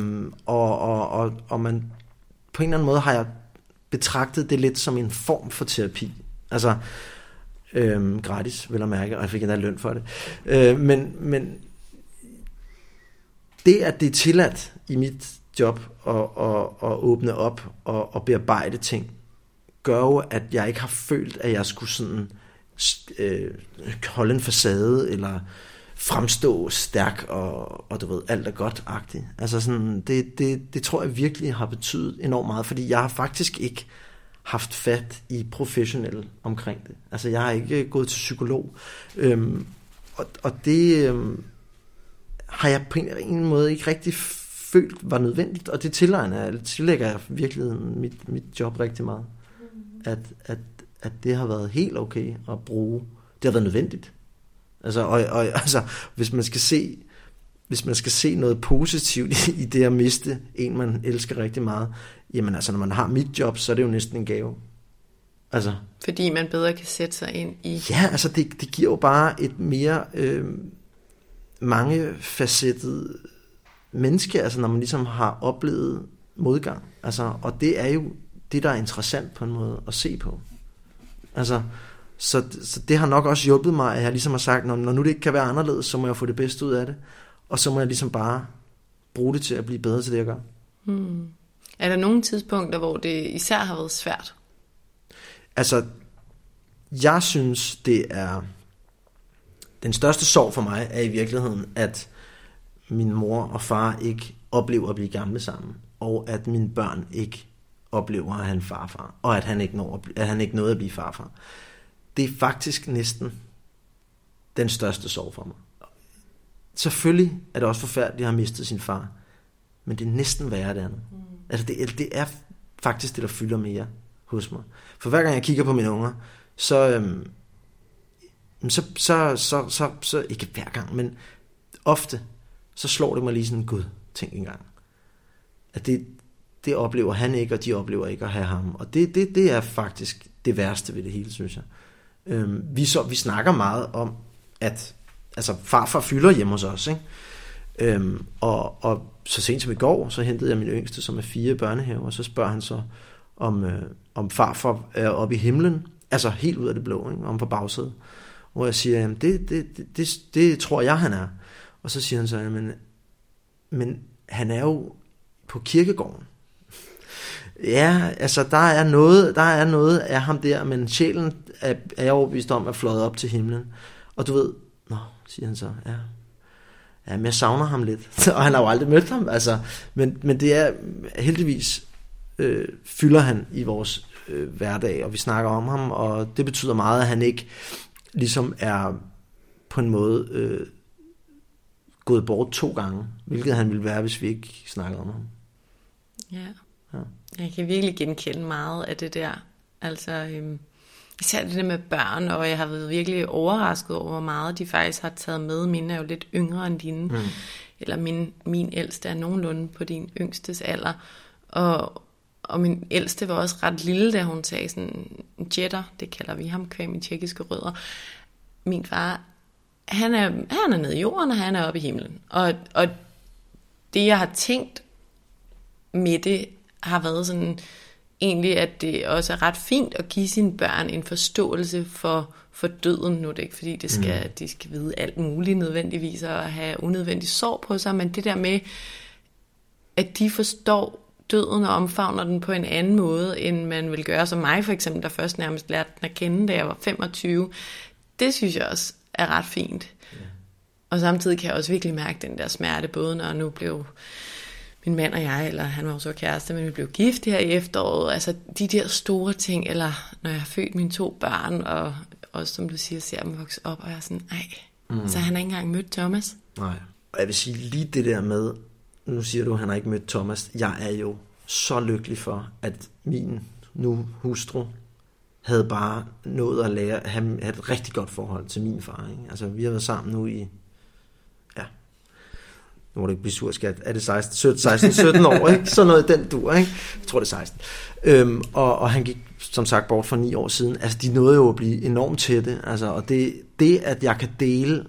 Speaker 3: Og man på en eller anden måde har jeg betragtet det lidt som en form for terapi. Altså gratis, vel at mærke, og jeg fik endda løn for det. Men det, at det er tilladt i mit job at åbne op og bearbejde ting, gør jo, at jeg ikke har følt, at jeg skulle sådan holde en facade, eller fremstå stærk, og du ved, alt er godt-agtigt. Altså sådan, det tror jeg virkelig har betydet enormt meget, fordi jeg har faktisk ikke haft fat i professionelle omkring det. Altså jeg har ikke gået til psykolog, og det har jeg på en måde ikke rigtig følt var nødvendigt, og det tillægger jeg virkelig mit job rigtig meget. At det har været helt okay at bruge. Det har været nødvendigt. Altså, hvis man skal se noget positivt i det at miste en, man elsker rigtig meget, jamen altså, når man har mit job, så er det jo næsten en gave. Altså,
Speaker 2: fordi man bedre kan sætte sig ind i...
Speaker 3: Ja, altså det giver jo bare et mere mangefacettet menneske, altså når man ligesom har oplevet modgang. Altså, og det er jo det, der er interessant på en måde at se på. Altså, Så det har nok også hjulpet mig, at jeg ligesom har sagt, når nu det ikke kan være anderledes, så må jeg få det bedste ud af det. Og så må jeg ligesom bare bruge det til at blive bedre til det, jeg gør.
Speaker 2: Er der nogle tidspunkter, hvor det især har været svært?
Speaker 3: Altså, jeg synes, det er... Den største sorg for mig er i virkeligheden, at min mor og far ikke oplever at blive gamle sammen, og at mine børn ikke oplever at have en farfar, og at han ikke nåede at blive farfar. Det er faktisk næsten den største sorg for mig. Selvfølgelig er det også forfærdeligt at have mistet sin far, men det er næsten værre det andet. Altså det er faktisk det, der fylder mere hos mig. For hver gang jeg kigger på mine unger, så ikke hver gang, men ofte, så slår det mig lige sådan, Gud, tænk engang. At det oplever han ikke, og de oplever ikke at have ham. Og det er faktisk det værste ved det hele, synes jeg. Vi snakker meget om, at altså farfar fylder hjemme hos os, ikke? Og så sent som i går, så hentede jeg min yngste, som er 4 børnehave, og så spørger han så, om farfar er oppe i himlen, altså helt ud af det blå, ikke? Om på bagsædet. Hvor jeg siger, jamen det tror jeg, han er. Og så siger han så, men han er jo på kirkegården. Ja, altså der er noget af ham der, men sjælen er jeg overbevist om at fløjet op til himlen. Og du ved, siger han så, ja, men jeg savner ham lidt. Og han har jo aldrig mødt ham, altså. Men det er heldigvis fylder han i vores hverdag, og vi snakker om ham, og det betyder meget, at han ikke ligesom er på en måde gået bort 2 gange, hvilket han ville være, hvis vi ikke snakkede om ham.
Speaker 2: Ja. Jeg kan virkelig genkende meget af det der. Altså, især det der med børn, og jeg har været virkelig overrasket over, hvor meget de faktisk har taget med. Mine er jo lidt yngre end dine, eller min ældste er nogenlunde på din yngstes alder. Og min ældste var også ret lille, da hun sagde sådan, Jetter, det kalder vi ham, kvæg mine tjekkiske rødder. Min far, han er nede i jorden, og han er oppe i himlen. Og det, jeg har tænkt med det, har været sådan egentlig, at det også er ret fint at give sine børn en forståelse for døden. Nu er det ikke, fordi de skal vide alt muligt nødvendigvis, og have unødvendig sorg på sig, men det der med, at de forstår døden og omfavner den på en anden måde, end man vil gøre som mig for eksempel, der først nærmest lærte den at kende, da jeg var 25. Det synes jeg også er ret fint. Ja. Og samtidig kan jeg også virkelig mærke den der smerte, både når nu blev min mand og jeg, eller han var jo så kæreste, men vi blev gift her i efteråret. Altså de der store ting, eller når jeg har født mine 2 børn, og også som du siger, ser dem vokse op, og jeg er sådan, så han har ikke engang mødt Thomas. Nej,
Speaker 3: og jeg vil sige lige det der med, nu siger du, at han har ikke mødt Thomas. Jeg er jo så lykkelig for, at min nu hustru havde bare nået at lære at have et rigtig godt forhold til min far. Ikke? Altså, vi har været sammen nu i, nu må det ikke blive sur, skat, er det 16-17 år, ikke? Sådan noget den dur, ikke? Jeg tror, det er 16. Og han gik, som sagt, bort for 9 år siden. Altså, de nåede jo at blive enormt tætte. Altså, og det at jeg kan dele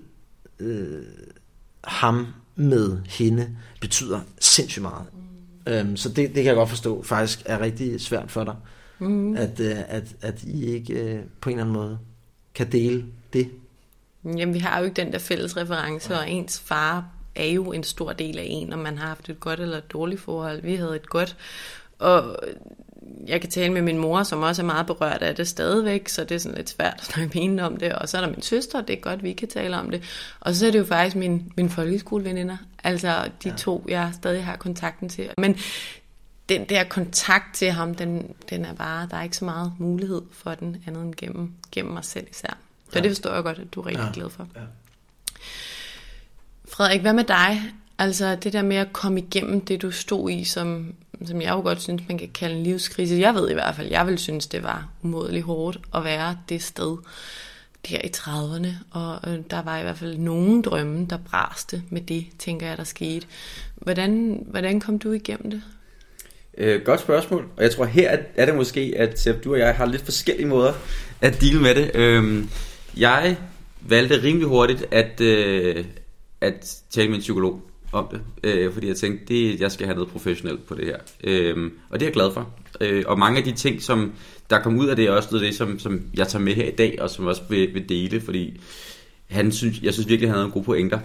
Speaker 3: ham med hende, betyder sindssygt meget. Så det kan jeg godt forstå, faktisk er rigtig svært for dig, at I ikke på en eller anden måde kan dele det.
Speaker 2: Jamen, vi har jo ikke den der fælles reference, og ens far er jo en stor del af en, om man har haft et godt eller et dårligt forhold. Vi havde et godt, og jeg kan tale med min mor, som også er meget berørt af det stadigvæk, så det er sådan lidt svært at snakke med hende om det. Og så er der min søster, det er godt, vi kan tale om det. Og så er det jo faktisk min folkeskoleveninder, altså de 2, jeg stadig har kontakten til. Men den der kontakt til ham, den er bare, der er ikke så meget mulighed for den, andet end gennem mig selv især. Så det forstår jeg godt, at du er rigtig glad for. Ja. Frederik, hvad med dig? Altså det der med at komme igennem det, du stod i, som jeg jo godt synes, man kan kalde en livskrise. Jeg ved i hvert fald, jeg vil synes, det var umådeligt hårdt at være det sted der i 30'erne. Og der var i hvert fald nogle drømme, der braste med det, tænker jeg, der skete. Hvordan kom du igennem det?
Speaker 4: Godt spørgsmål. Og jeg tror, her er det måske, at du og jeg har lidt forskellige måder at deale med det. Jeg valgte rimelig hurtigt at tale med en psykolog. om det, fordi jeg tænkte, jeg skal have noget professionelt på det her. Og det er jeg glad for. Og mange af de ting, som der kom ud af det, er også noget af det, som jeg tager med her i dag, og som også vil dele, fordi jeg synes virkelig, han havde nogle gode pointer.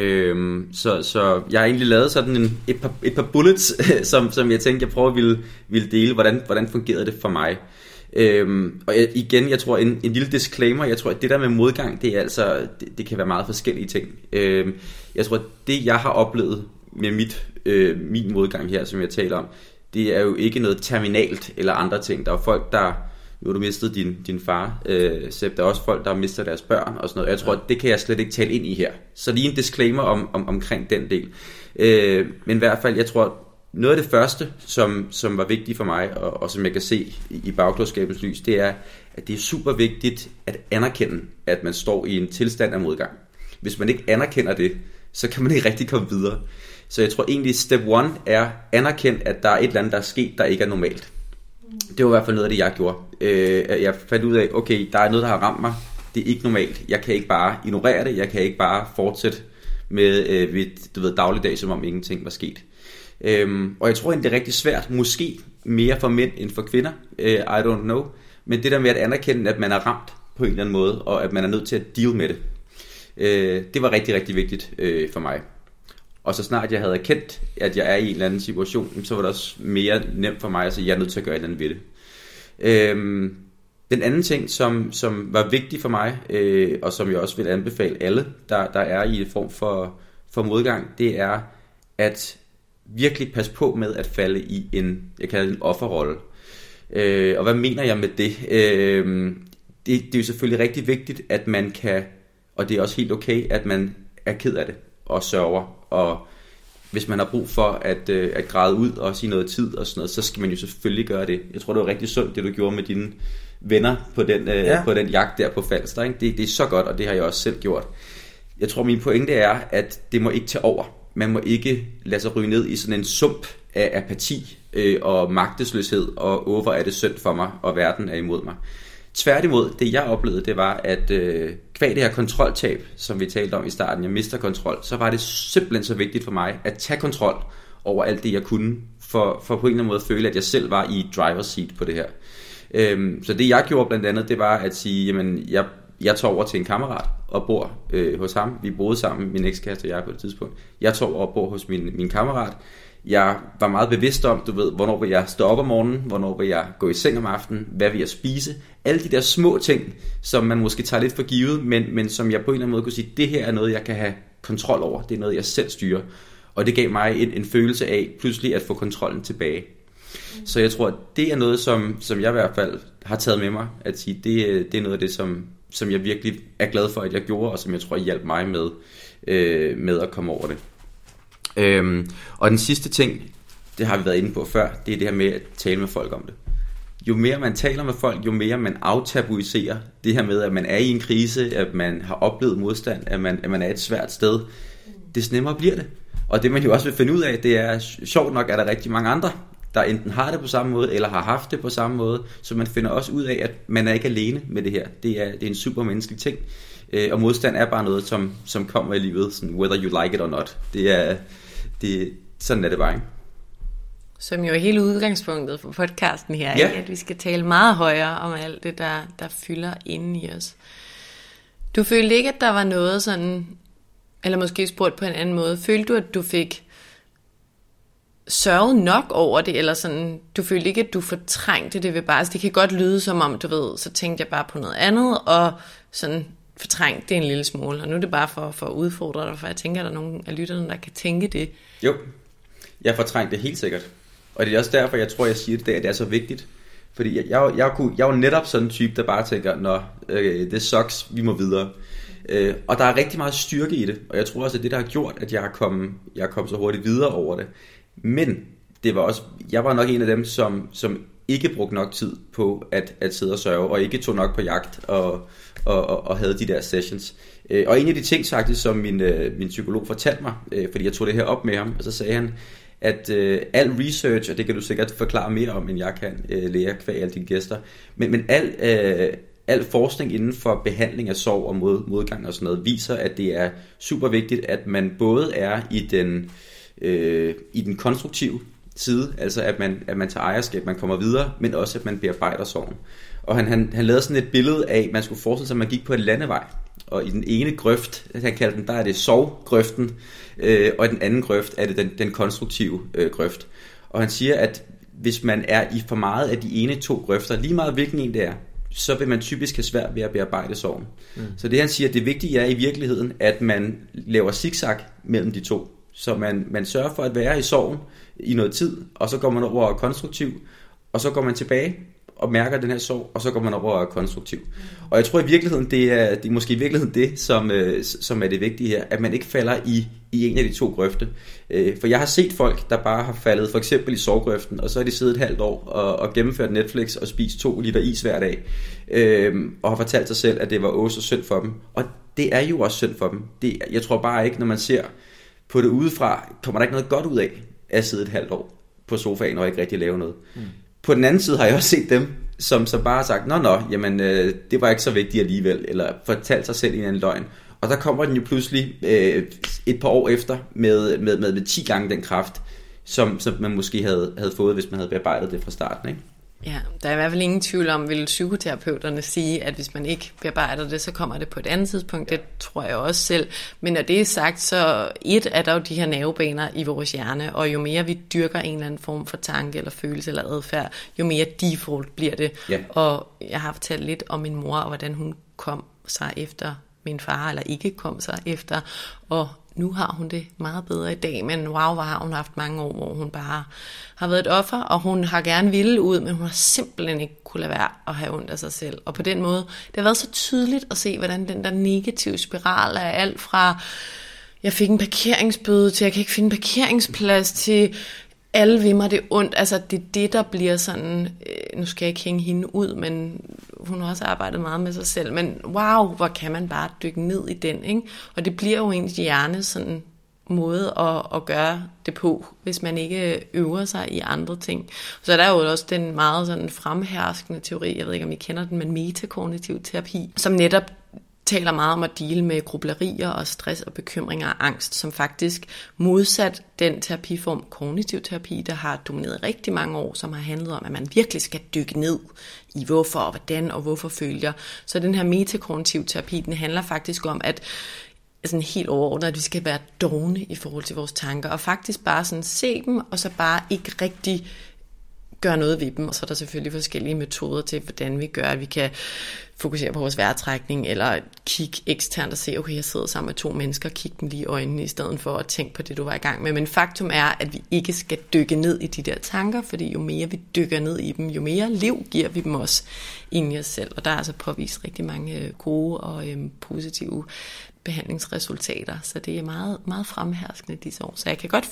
Speaker 4: Så jeg har egentlig lavet sådan et par bullets, som jeg tænkte, jeg prøver at ville dele, hvordan fungerede det for mig. Og igen, jeg tror en lille disclaimer, jeg tror at det der med modgang, det er altså, det kan være meget forskellige ting. Jeg tror at det jeg har oplevet med min modgang her, som jeg taler om, det er jo ikke noget terminalt eller andre ting. Der er folk, der nu har du mistet din far, Sepp, der er også folk, der har mistet deres børn og sådan noget. Jeg tror, at det kan jeg slet ikke tale ind i her. Så lige en disclaimer omkring den del. Men i hvert fald, jeg tror, noget af det første, som var vigtigt for mig, og som jeg kan se i bagklogskabens lys, det er, at det er super vigtigt at anerkende, at man står i en tilstand af modgang. Hvis man ikke anerkender det, så kan man ikke rigtig komme videre. Så jeg tror egentlig, step 1 er anerkendt, at der er et eller andet, der er sket, der ikke er normalt. Det var i hvert fald noget af det, jeg gjorde. Jeg fandt ud af, okay, der er noget, der har ramt mig. Det er ikke normalt. Jeg kan ikke bare ignorere det. Jeg kan ikke bare fortsætte med dagligdag, som om ingenting var sket. Og jeg tror egentlig, det er rigtig svært. Måske mere for mænd end for kvinder. I don't know. Men det der med at anerkende, at man er ramt på en eller anden måde, og at man er nødt til at deal med det. Det var rigtig, rigtig vigtigt for mig. Og så snart jeg havde erkendt, at jeg er i en eller anden situation, så var det også mere nemt for mig at sige, at jeg er nødt til at gøre et eller andet ved det. Den anden ting, som var vigtig for mig, og som jeg også vil anbefale alle, der er i en form for modgang, det er at virkelig passe på med at falde i jeg kalder det en offerrolle. Og hvad mener jeg med det? Det er jo selvfølgelig rigtig vigtigt, at man kan, og det er også helt okay, at man er ked af det og sørger, og hvis man har brug for at græde ud og sige noget tid og sådan noget, så skal man jo selvfølgelig gøre det. Jeg tror, det var rigtig sundt, det du gjorde med dine venner på den jagt der på Falster, ikke? Det er så godt, og det har jeg også selv gjort. Jeg tror, min pointe er, at det må ikke tage over. Man må ikke lade sig ryge ned i sådan en sump af apati og magtesløshed, og hvor er det synd for mig, og verden er imod mig. Tværtimod, det jeg oplevede, det var, at kvad det her kontroltab, som vi talte om i starten, jeg mister kontrol, så var det simpelthen så vigtigt for mig at tage kontrol over alt det, jeg kunne, for på en eller anden måde at føle, at jeg selv var i driver's seat på det her. Så det jeg gjorde blandt andet, det var at sige, jamen jeg tog over til en kammerat og bor hos ham. Vi boede sammen, min ekskæreste og jeg på det tidspunkt. Jeg tog over og bor hos min kammerat. Jeg var meget bevidst om, hvornår vil jeg stå op om morgenen, hvornår vil jeg gå i seng om aftenen, hvad vil jeg spise. Alle de der små ting, som man måske tager lidt for givet, men som jeg på en eller anden måde kunne sige, det her er noget, jeg kan have kontrol over. Det er noget, jeg selv styrer. Og det gav mig en følelse af pludselig at få kontrollen tilbage. Så jeg tror, at det er noget, som jeg i hvert fald har taget med mig, at sige, det er noget af det, som jeg virkelig er glad for, at jeg gjorde, og som jeg tror hjalp mig med at komme over det. Og den sidste ting, det har vi været inde på før, det er det her med at tale med folk om det. Jo mere man taler med folk, jo mere man aftabuiserer det her med, at man er i en krise, at man har oplevet modstand, at man er et svært sted, des nemmere bliver det. Og det man jo også vil finde ud af, det er sjovt nok, at der er rigtig mange andre, der enten har det på samme måde, eller har haft det på samme måde, så man finder også ud af, at man er ikke alene med det her. Det er en super menneskelig ting, og modstand er bare noget, som kommer i livet, sådan, whether you like it or not. Sådan er det bare, ikke?
Speaker 2: Som jo er hele udgangspunktet for podcasten her, ja. Ikke? At vi skal tale meget højere om alt det, der fylder inde i os. Du følte ikke, at der var noget sådan, eller måske spurgt på en anden måde, følte du, at du fik sørget nok over det, eller sådan, du følte ikke, at du fortrængte det ved bare, altså det kan godt lyde som om, du ved, så tænkte jeg bare på noget andet, og sådan fortrængt det en lille smule, og nu er det bare for at udfordre dig, for jeg tænker, at der er nogen af lytterne, der kan tænke det.
Speaker 4: Jo, jeg fortrængte det helt sikkert, og det er også derfor, jeg tror, jeg siger det, at det er så vigtigt, fordi jeg var netop sådan en type, der bare tænker, det sucks, vi må videre. Og der er rigtig meget styrke i det, og jeg tror også, at det, der har gjort, at jeg er kommet så hurtigt videre over det. Men det var også, jeg var nok en af dem, som ikke brugte nok tid på at sidde og sørge, og ikke tog nok på jagt og havde de der sessions. Og en af de ting faktisk, som min psykolog fortalte mig, fordi jeg tog det her op med ham, og så sagde han, at al research, og det kan du sikkert forklare mere om, end jeg kan lære kvæg alle dine gæster, men al forskning inden for behandling af sorg og modgang og sådan noget, viser, at det er super vigtigt, at man både er i den konstruktive side, altså at man tager ejerskab, man kommer videre, men også at man bearbejder sorgen. Og han lavede sådan et billede af, man skulle forestille sig, at man gik på en landevej, og i den ene grøft, han kaldte den, der er det sorggrøften, og i den anden grøft er det den konstruktive grøft. Og han siger, at hvis man er i for meget af de ene to grøfter, lige meget hvilken en det er, så vil man typisk have svært ved at bearbejde sorgen. Så det han siger, det vigtige er i virkeligheden, at man laver zigzag mellem de to. Så man sørger for at være i sorgen i noget tid, og så går man over og er konstruktiv, og så går man tilbage og mærker den her sorg, og så går man over og er konstruktiv. Og jeg tror i virkeligheden, det er måske i virkeligheden det, som er det vigtige her, at man ikke falder i en af de to grøfte. For jeg har set folk, der bare har faldet for eksempel i sorggrøften, og så har de siddet et halvt år og gennemført Netflix og spist 2 liter is hver dag, og har fortalt sig selv, at det var så synd for dem. Og det er jo også synd for dem. Jeg tror bare ikke, når man ser på det udefra, kommer der ikke noget godt ud af at sidde et halvt år på sofaen og ikke rigtig lave noget. På den anden side har jeg også set dem, som bare har sagt, jamen det var ikke så vigtigt alligevel, eller fortalt sig selv i en løgn. Og der kommer den jo pludselig et par år efter med 10 gange den kraft, som man måske havde fået, hvis man havde bearbejdet det fra starten, ikke?
Speaker 2: Ja, der er i hvert fald ingen tvivl om, vil psykoterapeuterne sige, at hvis man ikke bearbejder det, så kommer det på et andet tidspunkt. Det tror jeg også selv. Men når det er sagt, så er der jo de her nervebaner i vores hjerne, og jo mere vi dyrker en eller anden form for tanke eller følelse eller adfærd, jo mere default bliver det. Ja. Og jeg har fortalt lidt om min mor, og hvordan hun kom sig efter min far, eller ikke kom sig efter, og nu har hun det meget bedre i dag, men wow, hvor har hun haft mange år, hvor hun bare har været et offer, og hun har gerne ville ud, men hun har simpelthen ikke kunne lade være at have ondt af sig selv. Og på den måde, det har været så tydeligt at se, hvordan den der negative spiral er alt fra, jeg fik en parkeringsbøde til, jeg kan ikke finde parkeringsplads til, alle ved mig det er ondt. Altså det er det, der bliver sådan, nu skal jeg ikke hænge hende ud, men hun har også arbejdet meget med sig selv, men wow, hvor kan man bare dykke ned i den, ikke? Og det bliver jo ens hjerne sådan måde at gøre det på, hvis man ikke øver sig i andre ting. Så der er jo også den meget sådan fremherskende teori, jeg ved ikke om I kender den, men metakognitiv terapi, som netop taler meget om at deale med grublerier og stress og bekymringer og angst, som faktisk modsat den terapiform, kognitiv terapi, der har domineret rigtig mange år, som har handlet om, at man virkelig skal dykke ned i hvorfor og hvordan og hvorfor følger. Så den her metakognitiv terapi, den handler faktisk om, at sådan helt overordnet, at vi skal være dovne i forhold til vores tanker, og faktisk bare sådan se dem, og så bare ikke rigtig gøre noget ved dem. Og så er der selvfølgelig forskellige metoder til, hvordan vi gør, at vi kan fokusere på vores vejrtrækning, eller kigge eksternt og se, okay, jeg sidder sammen med 2 mennesker, kig dem lige i øjnene, i stedet for at tænke på det, du var i gang med. Men faktum er, at vi ikke skal dykke ned i de der tanker, fordi jo mere vi dykker ned i dem, jo mere liv giver vi dem også ind i os selv. Og der er altså påvist rigtig mange gode og positive behandlingsresultater, så det er meget, meget fremherskende disse år. Så jeg kan godt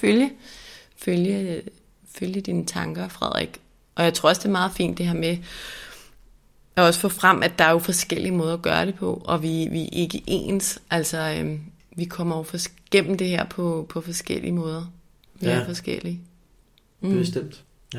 Speaker 2: følge dine tanker, Frederik. Og jeg tror også, det er meget fint det her med at også få frem, at der er jo forskellige måder at gøre det på, og vi er ikke ens. Altså, vi kommer jo gennem det her på forskellige måder. Vi er forskellige.
Speaker 3: Bestemt. Ja.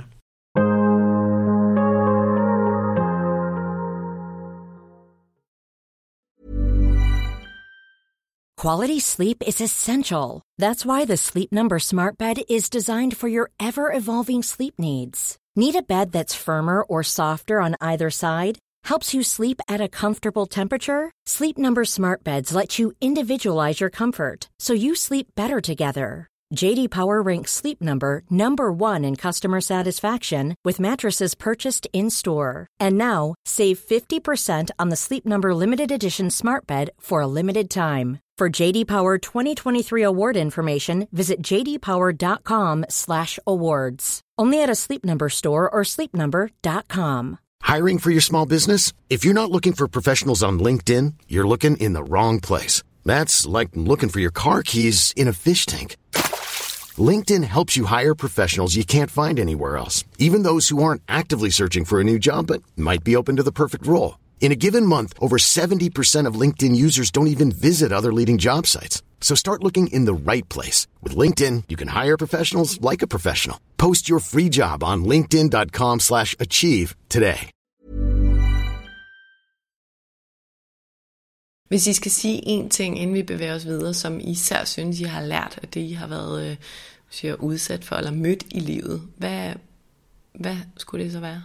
Speaker 1: Quality sleep is essential. That's why the Sleep Number Smart Bed is designed for your ever-evolving sleep needs. Need a bed that's firmer or softer on either side? Helps you sleep at a comfortable temperature? Sleep Number Smart Beds let you individualize your comfort, so you sleep better together. J.D. Power ranks Sleep Number #1 in customer satisfaction with mattresses purchased in-store. And now, save 50% on the Sleep Number Limited Edition Smart Bed for a limited time. For J.D. Power 2023 award information, visit jdpower.com/awards. Only at a Sleep Number store or sleepnumber.com.
Speaker 5: Hiring for your small business? If you're not looking for professionals on LinkedIn, you're looking in the wrong place. That's like looking for your car keys in a fish tank. LinkedIn helps you hire professionals you can't find anywhere else, even those who aren't actively searching for a new job but might be open to the perfect role. In a given month, over 70% of LinkedIn users don't even visit other leading job sites. So start looking in the right place. With LinkedIn, you can hire professionals like a professional. Post your free job on linkedin.com/achieve today.
Speaker 2: Hvis I skal sige én ting, inden vi bevæger os videre, som I især synes, I har lært af det, I har været udsat for eller mødt i livet, hvad skulle det så være?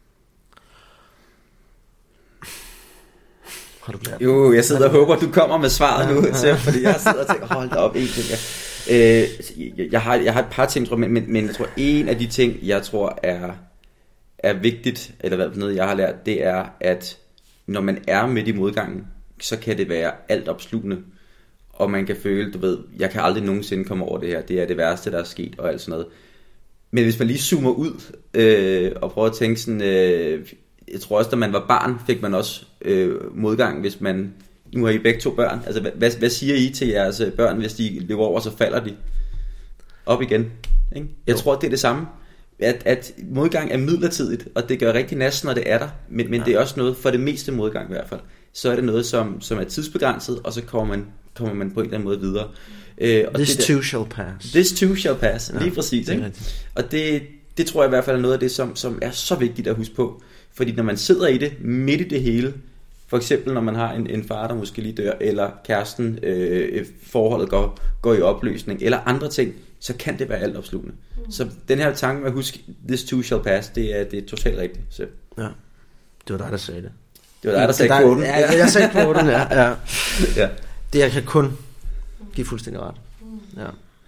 Speaker 3: Har du lært?
Speaker 4: Jo, jeg sidder og håber, du kommer med svaret nu, fordi jeg sidder og tænker, hold da op, en ting. Jeg har et par ting, tror jeg, men jeg tror, en af de ting, jeg tror er vigtigt, eller hvad noget, jeg har lært, det er, at når man er midt i modgangen, så kan det være altopslugende, og man kan føle, du ved, jeg kan aldrig nogensinde komme over det her, det er det værste, der er sket, og alt sådan noget. Men hvis man lige zoomer ud, og prøver at tænke sådan, jeg tror også, da man var barn, fik man også modgang, hvis man, nu har I begge to børn, altså hvad siger I til jeres børn, hvis de løber over, så falder de op igen, ikke? Jeg tror, det er det samme, at modgang er midlertidigt, og det gør rigtig næsten, når det er der, men det er også noget, for det meste modgang i hvert fald, så er det noget, som er tidsbegrænset, og så kommer man på en eller anden måde videre.
Speaker 3: This too shall pass.
Speaker 4: This too shall pass, lige præcis. Ikke? Og det tror jeg i hvert fald er noget af det, som er så vigtigt at huske på. Fordi når man sidder i det, midt i det hele, for eksempel når man har en far, der måske lige dør, eller kæresten, forholdet går i opløsning, eller andre ting, så kan det være altopslugende. Så den her tanke med at huske, this too shall pass, det er totalt rigtigt. Så.
Speaker 3: Ja, det var dig, der sagde det.
Speaker 4: Det var dig, der sagde kvoten.
Speaker 3: Ja, jeg sagde kvoten, ja. Ja. Det jeg kan kun give fuldstændig ret. Ja.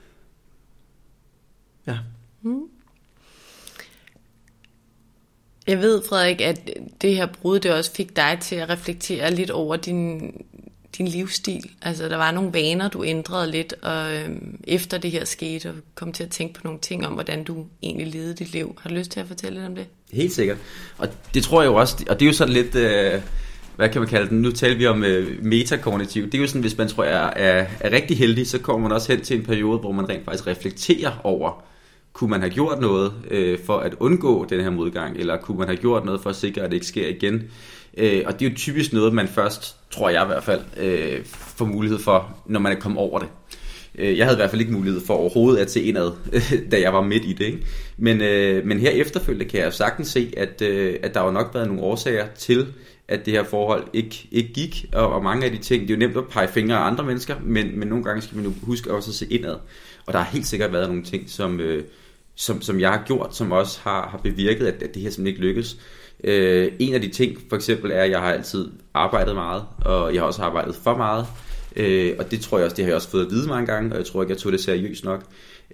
Speaker 3: Ja.
Speaker 2: Jeg ved, Frederik, at det her brud, det også fik dig til at reflektere lidt over din livsstil. Altså, der var nogle vaner, du ændrede lidt, og efter det her skete, og kom til at tænke på nogle ting om, hvordan du egentlig levede dit liv. Har du lyst til at fortælle lidt om det?
Speaker 4: Helt sikkert. Og det tror jeg jo også, og det er jo sådan lidt, hvad kan man kalde den? Nu taler vi om metakognitiv. Det er jo sådan, hvis man tror jeg er rigtig heldig, så kommer man også hen til en periode, hvor man rent faktisk reflekterer over, kunne man have gjort noget for at undgå den her modgang, eller kunne man have gjort noget for at sikre, at det ikke sker igen. Og det er jo typisk noget, man først, tror jeg i hvert fald, får mulighed for, når man er kommet over det. Jeg havde i hvert fald ikke mulighed for overhovedet at se indad, da jeg var midt i det. Ikke? Men her efterfølgende kan jeg sagtens se, at der har nok været nogle årsager til, at det her forhold ikke gik, og mange af de ting, det er jo nemt at pege fingre af andre mennesker, men nogle gange skal man jo huske også at se indad. Og der har helt sikkert været nogle ting, som jeg har gjort, som også har bevirket, at det her simpelthen ikke lykkes. En af de ting, for eksempel, er, at jeg har altid arbejdet meget, og jeg har også arbejdet for meget. Og det tror jeg også, det har jeg også fået at vide mange gange, og jeg tror ikke, jeg tog det seriøst nok.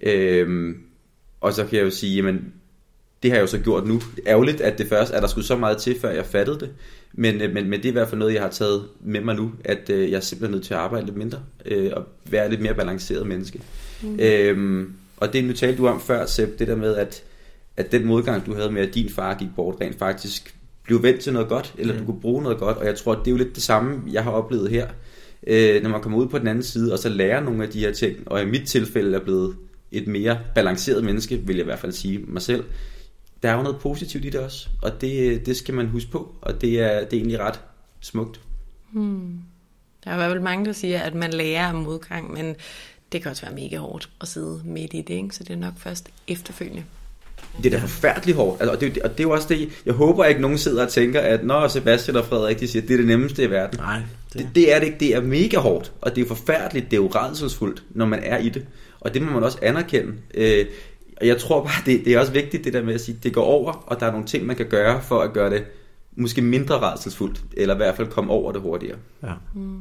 Speaker 4: Og så kan jeg jo sige, jamen, det har jeg jo så gjort nu. Ærgerligt, at det først er der skulle så meget til, før jeg fattede det. Men det er i hvert fald noget, jeg har taget med mig nu, at jeg er simpelthen nødt til at arbejde lidt mindre, og være lidt mere balanceret menneske. Og det nu talte du om før, Sepp, det der med, at den modgang, du havde med, at din far gik bort, rent faktisk blev vendt til noget godt, eller du kunne bruge noget godt, og jeg tror, at det er jo lidt det samme, jeg har oplevet her. Når man kommer ud på den anden side, og så lærer nogle af de her ting, og i mit tilfælde er blevet et mere balanceret menneske, vil jeg i hvert fald sige mig selv. Der er jo noget positivt i det også, og det skal man huske på, og det er egentlig ret smukt.
Speaker 2: Der er i hvert fald mange, der siger, at man lærer af modgang, men det kan også være mega hårdt at sidde midt i det, ikke? Så det er nok først efterfølgende.
Speaker 4: Det er da forfærdeligt hårdt, altså, og det er jo også det, jeg håber ikke nogen sidder og tænker, at når Sebastian og Frederik, de siger, at det er det nemmeste i verden.
Speaker 3: Nej.
Speaker 4: Det er det ikke, det er mega hårdt, og det er forfærdeligt, det er jo rædselsfuldt, når man er i det, og det må man også anerkende. Og jeg tror bare, det er også vigtigt det der med at sige, det går over, og der er nogle ting, man kan gøre for at gøre det måske mindre rædselsfuldt, eller i hvert fald komme over det hurtigere.
Speaker 3: Ja.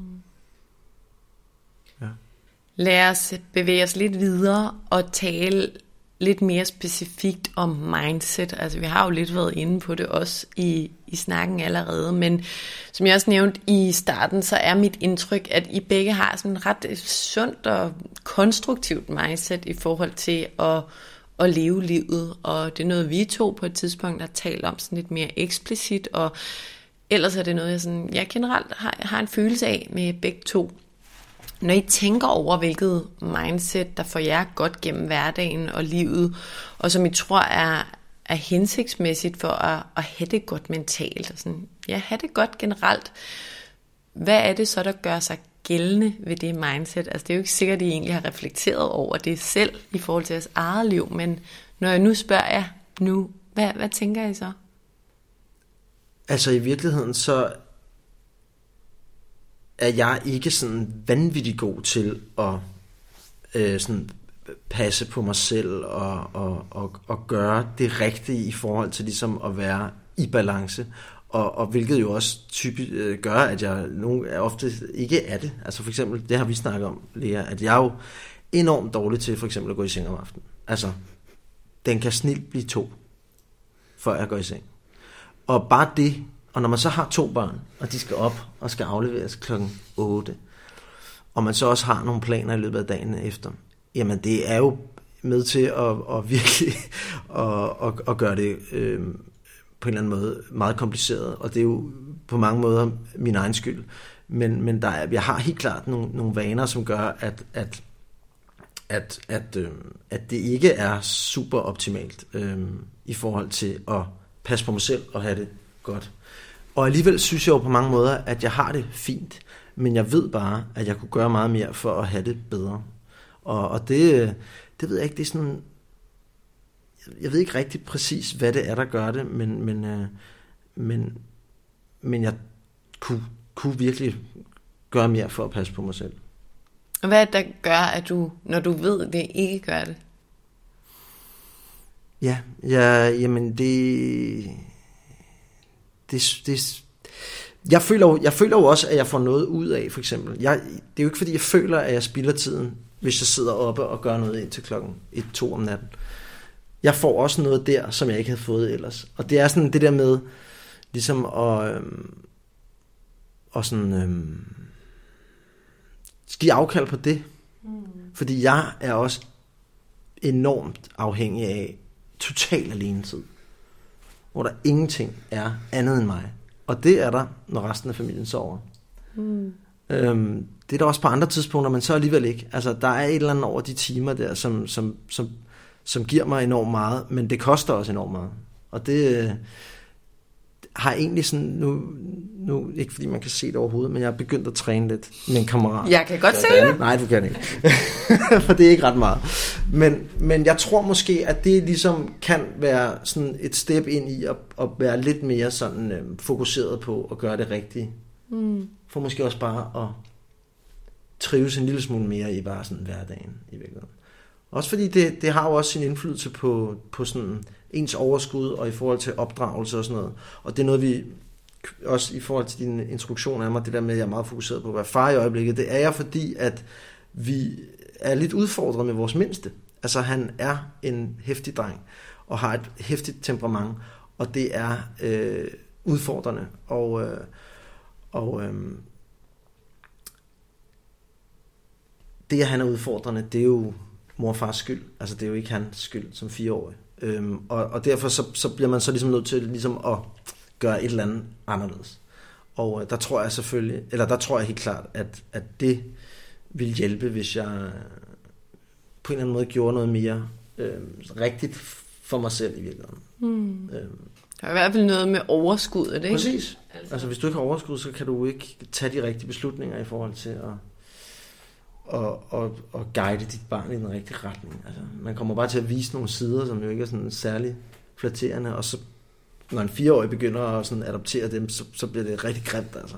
Speaker 2: Ja. Lad os bevæge os lidt videre og tale lidt mere specifikt om mindset. Altså vi har jo lidt været inde på det også i snakken allerede, men som jeg også nævnte i starten, så er mit indtryk, at I begge har sådan et ret sundt og konstruktivt mindset i forhold til at leve livet, og det er noget, vi to på et tidspunkt har talt om sådan lidt mere eksplicit, og ellers er det noget, jeg generelt har en følelse af med begge to. Når I tænker over, hvilket mindset, der får jer godt gennem hverdagen og livet, og som I tror er hensigtsmæssigt for at have det godt mentalt, og sådan, have det godt generelt, hvad er det så, der gør sig gældende ved det mindset? Altså det er jo ikke sikkert, at I egentlig har reflekteret over det selv i forhold til jeres eget liv, men når jeg nu spørger jer nu, hvad tænker I så?
Speaker 3: Altså i virkeligheden så er jeg ikke sådan vanvittigt god til at sådan passe på mig selv og gøre det rigtige i forhold til ligesom at være i balance. Og hvilket jo også typisk gør, at jeg ofte ikke er det. Altså for eksempel, det har vi snakket om, Lea, at jeg er jo enormt dårlig til for eksempel at gå i seng om aftenen. Altså, den kan snilt blive 2, før jeg går i seng. Og bare det, og når man så har 2 børn, og de skal op og skal afleveres klokken 8, og man så også har nogle planer i løbet af dagen efter, jamen det er jo med til at virkelig at gøre det på en eller anden måde meget kompliceret, og det er jo på mange måder min egen skyld. Men jeg har helt klart nogle vaner, som gør, at det ikke er super optimalt i forhold til at passe på mig selv og have det godt. Og alligevel synes jeg jo på mange måder, at jeg har det fint, men jeg ved bare, at jeg kunne gøre meget mere for at have det bedre. Og det ved jeg ikke, det er sådan... Jeg ved ikke rigtig præcis, hvad det er, der gør det, men jeg kunne virkelig gøre mere for at passe på mig selv.
Speaker 2: Og hvad er det, der gør, at du, når du ved, det ikke gør det?
Speaker 3: Jamen jeg føler jo også, at jeg får noget ud af, for eksempel. Det er jo ikke, fordi jeg føler, at jeg spilder tiden, hvis jeg sidder oppe og gør noget indtil klokken 1-2 om natten. Jeg får også noget der, som jeg ikke havde fået ellers. Og det er sådan det der med, ligesom at sådan, give afkald på det. Fordi jeg er også enormt afhængig af total alenetid, hvor der ingenting er andet end mig. Og det er der, når resten af familien sover. Det er der også på andre tidspunkter, men så alligevel ikke. Altså, der er et eller andet over de timer der, som giver mig enormt meget, men det koster også enormt meget. Og det har egentlig sådan, nu ikke fordi man kan se det overhovedet, men jeg har begyndt at træne lidt med en kammerat.
Speaker 2: Jeg kan godt se det.
Speaker 3: Nej, du kan ikke. For det er ikke ret meget. Men jeg tror måske, at det ligesom kan være sådan et step ind i at være lidt mere sådan fokuseret på at gøre det rigtige. For måske også bare at trives en lille smule mere i bare sådan hverdagen i virkeligheden. Også fordi det har jo også sin indflydelse på sådan ens overskud og i forhold til opdragelse og sådan noget. Og det er noget, vi også i forhold til din instruktion af mig, det der med, at jeg er meget fokuseret på at være far i øjeblikket, det er jeg, fordi at vi er lidt udfordret med vores mindste. Altså han er en heftig dreng og har et heftigt temperament, og det er udfordrende. Og det, at han er udfordrende, det er jo mor og fars skyld. Altså det er jo ikke hans skyld som 4-årig. Og derfor så bliver man så ligesom nødt til ligesom at gøre et eller andet anderledes. Og der tror jeg selvfølgelig, eller der tror jeg helt klart, at det vil hjælpe, hvis jeg på en eller anden måde gjorde noget mere rigtigt for mig selv i virkeligheden.
Speaker 2: Der er i hvert fald noget med overskuddet, ikke?
Speaker 3: Præcis. Altså hvis du ikke har overskud, så kan du ikke tage de rigtige beslutninger i forhold til at guide dit barn i den rigtige retning. Altså, man kommer bare til at vise nogle sider, som jo ikke er sådan særlig flatterende, og så når en 4-årig begynder at sådan adoptere dem, så bliver det rigtig grimt, altså.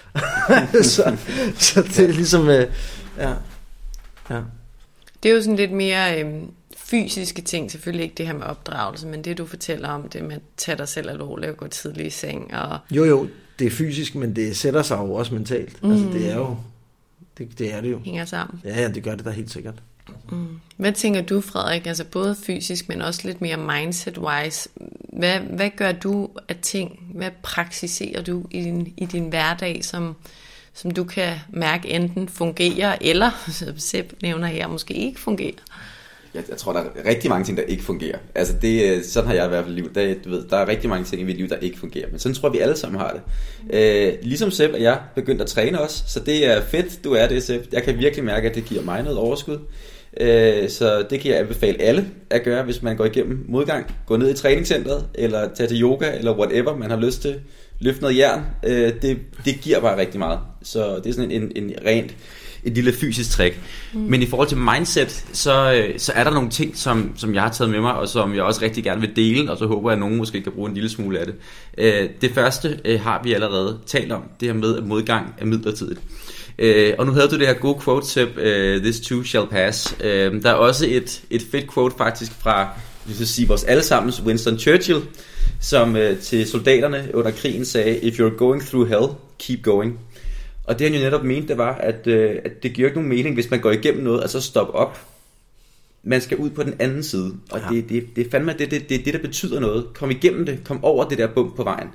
Speaker 3: så det er ligesom ja.
Speaker 2: Det er jo sådan lidt mere fysiske ting, selvfølgelig ikke det her med opdragelse, men det du fortæller om, det med at tage dig selv alvorligt og gå tidligt i seng. Og... Jo,
Speaker 3: det er fysisk, men det sætter sig jo også mentalt. Altså det er jo det er det jo.
Speaker 2: Hænger sammen.
Speaker 3: Ja, det gør det da helt sikkert.
Speaker 2: Hvad tænker du, Frederik? Altså både fysisk, men også lidt mere mindset-wise. Hvad gør du af ting? Hvad praksiserer du i din hverdag, som du kan mærke enten fungerer, eller, som Sepp nævner her, måske ikke fungerer?
Speaker 4: Jeg tror, der er rigtig mange ting, der ikke fungerer. Altså sådan har jeg i hvert fald liv. Der er rigtig mange ting i mit liv, der ikke fungerer. Men sådan tror jeg, vi alle sammen har det. Ligesom Sepp er jeg begyndt at træne også. Så det er fedt, du er det, Sepp. Jeg kan virkelig mærke, at det giver mig noget overskud. Så det kan jeg anbefale alle at gøre, hvis man går igennem modgang. Gå ned i træningscentret, eller tage til yoga, eller whatever man har lyst til. Løft noget jern. Det giver bare rigtig meget. Så det er sådan en rent lille fysisk trick. Men i forhold til mindset, så er der nogle ting, som jeg har taget med mig, og som jeg også rigtig gerne vil dele, og så håber jeg, at nogen måske kan bruge en lille smule af det. Det første har vi allerede talt om, det her med, at modgang er midlertidigt. Og nu havde du det her gode quote, Seb, this too shall pass. Der er også et fedt quote faktisk fra, vi skal sige, vores allesammens Winston Churchill, som til soldaterne under krigen sagde, if you're going through hell, keep going. Og det han jo netop mente, det var, at det giver ikke nogen mening, hvis man går igennem noget, altså stoppe op. Man skal ud på den anden side, og det er fandme det, der betyder noget. Kom igennem det, kom over det der bump på vejen.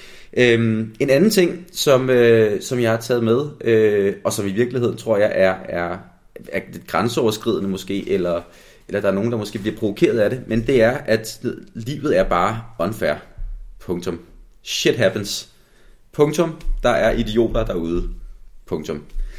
Speaker 4: En anden ting, som jeg har taget med, og som i virkeligheden tror jeg er lidt grænseoverskridende måske, eller der er nogen, der måske bliver provokeret af det, men det er, at livet er bare unfair. Punktum. Shit happens. Punktum. Der er idioter derude. Punktum.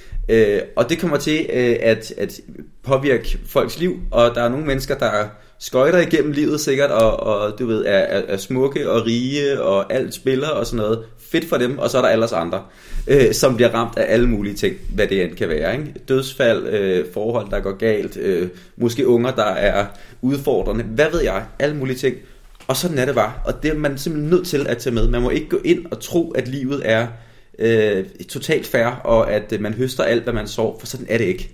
Speaker 4: Og det kommer til at påvirke folks liv, og der er nogle mennesker, der skøjter igennem livet sikkert, og du ved, er smukke og rige, og alt spiller og sådan noget. Fedt for dem, og så er der allers andre, som bliver ramt af alle mulige ting, hvad det end kan være. Ikke? Dødsfald, forhold, der går galt, måske unger, der er udfordrende, hvad ved jeg, alle mulige ting. Og sådan er det bare, og det er man simpelthen nødt til at tage med. Man må ikke gå ind og tro, at livet er totalt fair, og at man høster alt, hvad man sår, for sådan er det ikke.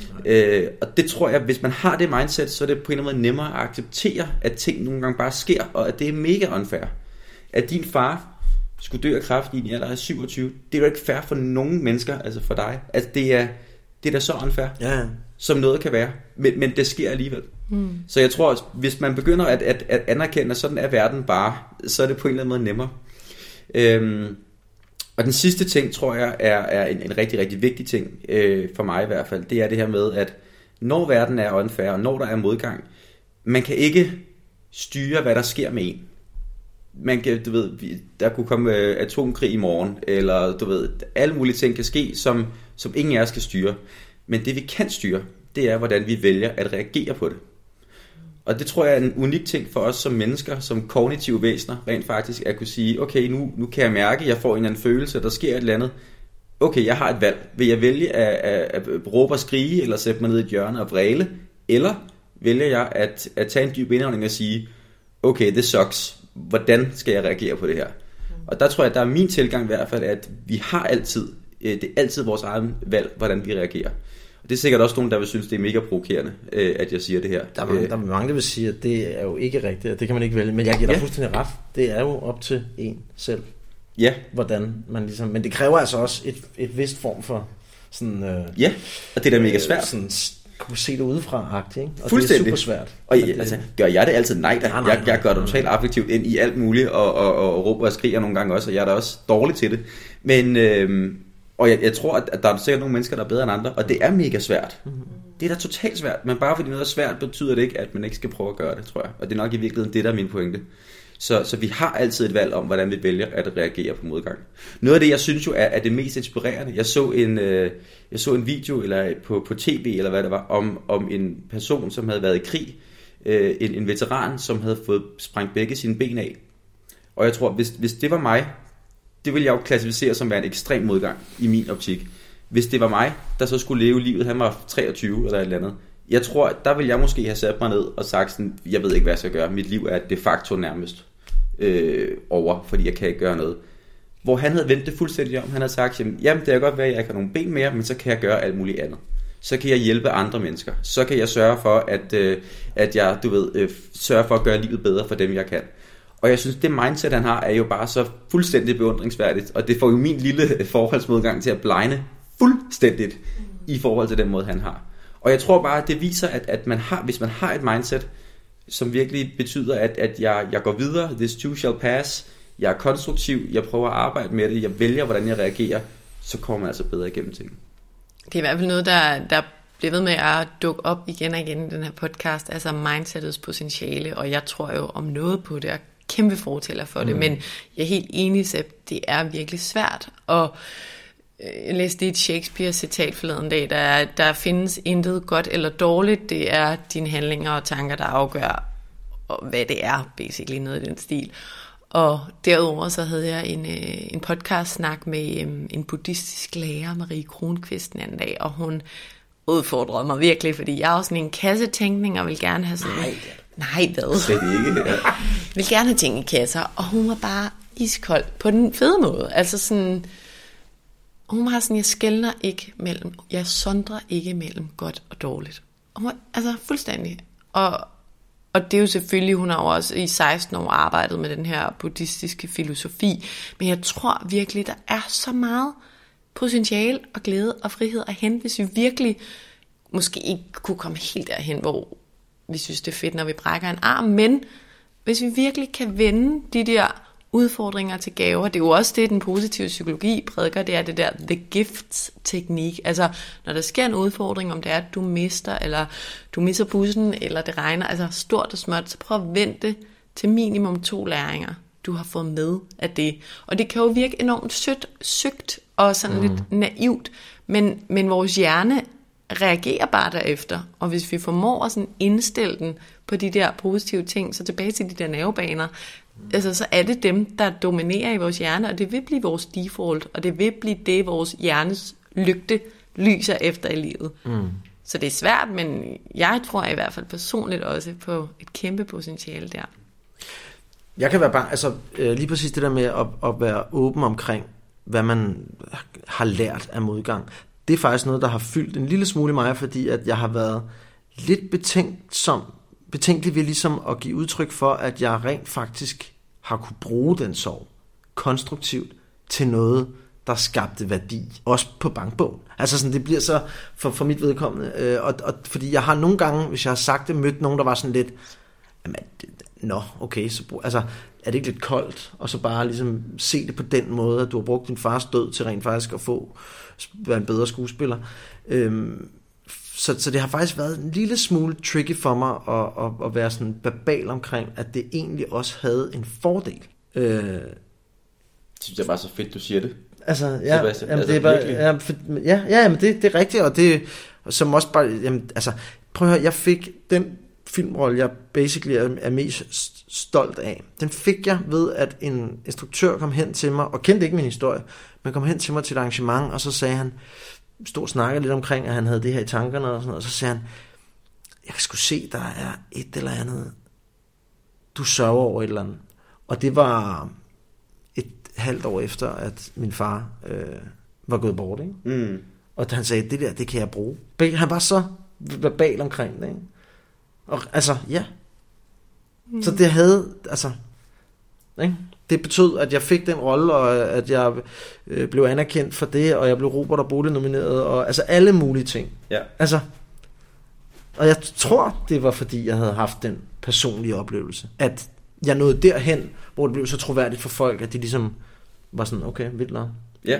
Speaker 4: Og det tror jeg, hvis man har det mindset, så er det på en eller anden måde nemmere at acceptere, at ting nogle gange bare sker, og at det er mega unfair. At din far skulle dø af kræft i en alder af 27, det er jo ikke fair for nogen mennesker, altså for dig. Altså det er da så unfair, som noget kan være, men det sker alligevel. Så jeg tror, at hvis man begynder at anerkende, at sådan er verden bare, så er det på en eller anden måde nemmere. Og den sidste ting, tror jeg, er en rigtig, rigtig vigtig ting, for mig i hvert fald, det er det her med, at når verden er unfair, og når der er modgang, man kan ikke styre, hvad der sker med en. Man kan, du ved, der kunne komme atomkrig i morgen, eller du ved, alle mulige ting kan ske, som ingen af os kan styre. Men det vi kan styre, det er, hvordan vi vælger at reagere på det. Og det tror jeg er en unik ting for os som mennesker, som kognitive væsener, rent faktisk, at kunne sige, okay, nu kan jeg mærke, at jeg får en eller anden følelse, der sker et eller andet. Okay, jeg har et valg. Vil jeg vælge at råbe og skrige, eller sætte mig ned i et hjørne og vræle? Eller vælger jeg at tage en dyb indånding og sige, okay, this sucks. Hvordan skal jeg reagere på det her? Og der tror jeg, at der er min tilgang i hvert fald, at vi har altid, det er altid vores egen valg, hvordan vi reagerer. Og det er sikkert også nogen, der vil synes, det er mega provokerende, at jeg siger det her.
Speaker 3: Der er mange, der vil sige, at det er jo ikke rigtigt, og det kan man ikke vælge. Men jeg giver dig fuldstændig ret. Det er jo op til en selv, hvordan man ligesom... Men det kræver altså også et vist form for sådan...
Speaker 4: ja, og det er da mega svært.
Speaker 3: Sådan, kunne se det udefra-agtigt, ikke? Og
Speaker 4: fuldstændig.
Speaker 3: det er super svært.
Speaker 4: Og altså, gør jeg det altid? Nej, jeg gør det totalt affektivt ind i alt muligt, og råber og skriger nogle gange også, og jeg er da også dårlig til det. Men... Og jeg tror, at der er sikkert nogle mennesker, der er bedre end andre, og det er mega svært. Det er da totalt svært, men bare fordi noget er svært, betyder det ikke, at man ikke skal prøve at gøre det, tror jeg. Og det er nok i virkeligheden det, der er min pointe. Så vi har altid et valg om, hvordan vi vælger at reagere på modgang. Noget af det, jeg synes jo er det mest inspirerende. Jeg så en video eller på tv, eller hvad det var, om en person, som havde været i krig. En veteran, som havde fået sprængt begge sine ben af. Og jeg tror, hvis det var mig, det vil jeg jo klassificere som en ekstrem modgang i min optik. Hvis det var mig, der så skulle leve livet, han var 23 eller et eller andet. Jeg tror, der vil jeg måske have sat mig ned og sagt sådan, jeg ved ikke, hvad jeg skal gøre. Mit liv er de facto nærmest over, fordi jeg kan ikke gøre noget. Hvor han havde vendt det fuldstændig om. Han havde sagt, jamen det kan godt være, at jeg ikke har nogen ben mere, men så kan jeg gøre alt muligt andet. Så kan jeg hjælpe andre mennesker. Så kan jeg sørge for, at jeg, sørge for at gøre livet bedre for dem, jeg kan. Og jeg synes, det mindset, han har, er jo bare så fuldstændig beundringsværdigt. Og det får jo min lille forholdsmodgang til at blegne fuldstændigt i forhold til den måde, han har. Og jeg tror bare, at det viser, at man har, hvis man har et mindset, som virkelig betyder, at jeg går videre, this too shall pass, jeg er konstruktiv, jeg prøver at arbejde med det, jeg vælger, hvordan jeg reagerer, så kommer man altså bedre igennem ting.
Speaker 2: Det er i hvert fald noget, der bliver ved med at dukke op igen og igen i den her podcast, altså mindsetets potentiale, og jeg tror jo om noget på det, og kæmpe fortæller for det, men jeg er helt enig, Seb, det er virkelig svært. Og jeg læste et Shakespeare-citat forleden dag, der findes intet godt eller dårligt, det er dine handlinger og tanker, der afgør, hvad det er, basically noget i den stil. Og derudover så havde jeg en podcast-snak med en buddhistisk lærer, Marie Kronqvist, den anden dag, og hun udfordrede mig virkelig, fordi jeg er også sådan en kassetænkning, og vil gerne have sådan... Nej, hvad?
Speaker 4: Det er ikke, ja.
Speaker 2: Vil gerne have ting i kasser, og hun var bare iskold på den fede måde. Altså sådan... Hun var sådan, jeg sondrer ikke mellem godt og dårligt. Og hun var, altså fuldstændig. Og det er jo selvfølgelig, hun har jo også i 16 år arbejdet med den her buddhistiske filosofi. Men jeg tror virkelig, der er så meget potentiale og glæde og frihed at hente, hvis vi virkelig måske ikke kunne komme helt derhen, hvor vi synes, det er fedt, når vi brækker en arm. Men hvis vi virkelig kan vende de der udfordringer til gaver, det er jo også det, den positive psykologi prædiker, det er det der the gifts-teknik. Altså, når der sker en udfordring, om det er, at du mister, eller du misser bussen, eller det regner, altså stort og småt, så prøv at vente til minimum 2 læringer, du har fået med af det. Og det kan jo virke enormt søgt og sådan lidt naivt, men vores hjerne reagerer bare derefter, og hvis vi formår at sådan indstille den på de der positive ting, så tilbage til de der nervebaner, altså, så er det dem, der dominerer i vores hjerne, og det vil blive vores default, og det vil blive det, vores hjernes lygte lyser efter i livet. Så det er svært, men jeg tror i hvert fald personligt også på et kæmpe potentiale der.
Speaker 3: Jeg kan være bare, altså lige præcis det der med at være åben omkring, hvad man har lært af modgang, det er faktisk noget, der har fyldt en lille smule i mig, fordi at jeg har været lidt betænkelig ved ligesom at give udtryk for, at jeg rent faktisk har kunne bruge den sorg konstruktivt til noget, der skabte værdi, også på bankbogen. Altså sådan, det bliver så for mit vedkommende, og fordi jeg har nogle gange, hvis jeg har sagt det, mødt nogen, der var sådan lidt, jamen, okay, så altså, er det ikke lidt koldt, og så bare ligesom se det på den måde, at du har brugt din fars død til rent faktisk at være en bedre skuespiller. Så det har faktisk været en lille smule tricky for mig at være sådan verbal omkring, at det egentlig også havde en fordel.
Speaker 4: Jeg synes, det er bare så fedt, du siger det.
Speaker 3: Altså, ja, jamen, det er bare, men det er rigtigt, og det som også bare, jamen, altså, prøv at høre, jeg fik den filmrolle, jeg basically er mest stolt af. Den fik jeg ved, at en instruktør kom hen til mig, og kendte ikke min historie, men kom hen til mig til et arrangement, og så sagde han, stod og snakkede lidt omkring, at han havde det her i tankerne, og sådan noget, og så sagde han, jeg kan sgu se, der er et eller andet, du sørger over et eller andet. Og det var et halvt år efter, at min far var gået bort, ikke? Og han sagde, det der, det kan jeg bruge. Han var så verbal omkring det, ikke? Og altså, ja. Så det havde, altså, ikke? Det betød, at jeg fik den rolle, og at jeg blev anerkendt for det, og jeg blev Robert og Bodil nomineret, og altså alle mulige ting.
Speaker 4: Ja.
Speaker 3: Altså, og jeg tror, det var fordi, jeg havde haft den personlige oplevelse, at jeg nåede derhen, hvor det blev så troværdigt for folk, at de ligesom var sådan, okay, vildt nok.
Speaker 4: Ja.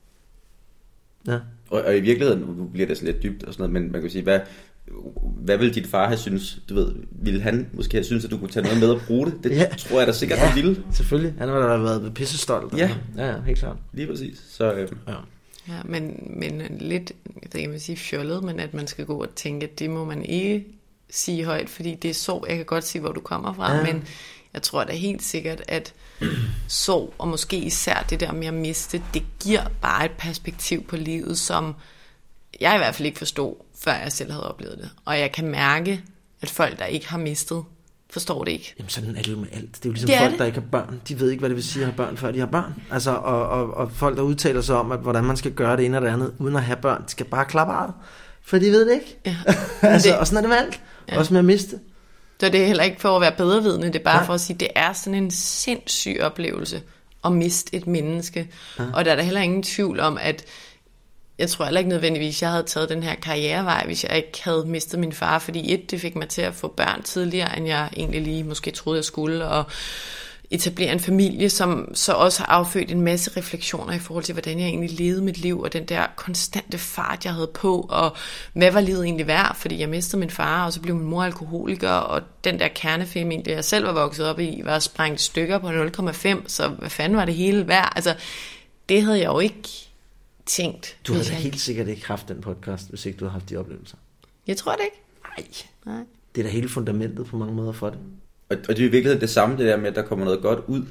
Speaker 3: Ja.
Speaker 4: Og i virkeligheden, nu bliver det sådan lidt dybt og sådan noget, men man kan sige, hvad ville din far have synes? Du ved, ville han måske have synes, at du kunne tage noget med og bruge det? Det tror jeg da sikkert, han ville.
Speaker 3: Selvfølgelig. Han har da været pissestolt.
Speaker 4: Ja.
Speaker 3: Ja, helt klart.
Speaker 4: Lige præcis. Så,
Speaker 2: Ja, men lidt, jeg vil sige fjollet, men at man skal gå og tænke, at det må man ikke sige højt, fordi det er sorg. Jeg kan godt sige, hvor du kommer fra, men jeg tror da helt sikkert, at sorg, og måske især det der med at miste, det giver bare et perspektiv på livet, som jeg i hvert fald ikke forstod, før jeg selv havde oplevet det. Og jeg kan mærke, at folk, der ikke har mistet, forstår det ikke.
Speaker 3: Jamen sådan er det jo med alt. Det er jo ligesom folk, der ikke har børn. De ved ikke, hvad det vil sige at have børn, før de har børn. Altså, og folk, der udtaler sig om, at hvordan man skal gøre det ene og det andet, uden at have børn, skal bare klappe af. For de ved det ikke. Ja. Altså, og sådan er det med alt. Ja. Også med at miste.
Speaker 2: Så det er heller ikke for at være bedrevidende, det er bare for at sige, at det er sådan en sindssyg oplevelse at miste et menneske. Ja. Og der er der heller ingen tvivl om, at jeg tror heller ikke nødvendigvis, jeg havde taget den her karrierevej, hvis jeg ikke havde mistet min far, fordi det fik mig til at få børn tidligere, end jeg egentlig lige måske troede, jeg skulle, og etablere en familie, som så også har affødt en masse refleksioner i forhold til, hvordan jeg egentlig levede mit liv, og den der konstante fart, jeg havde på, og hvad var livet egentlig værd, fordi jeg mistede min far, og så blev min mor alkoholiker, og den der kernefamilie, jeg selv var vokset op i, var sprængt stykker på 0,5, så hvad fanden var det hele værd? Altså, det havde jeg jo ikke tænkt.
Speaker 3: Du havde helt sikkert ikke haft den podcast, hvis ikke du havde haft de oplevelser.
Speaker 2: Jeg tror det ikke. Nej.
Speaker 3: Det er da hele fundamentet på mange måder for det.
Speaker 4: Og det er i virkeligheden det samme, det der med, at der kommer noget godt ud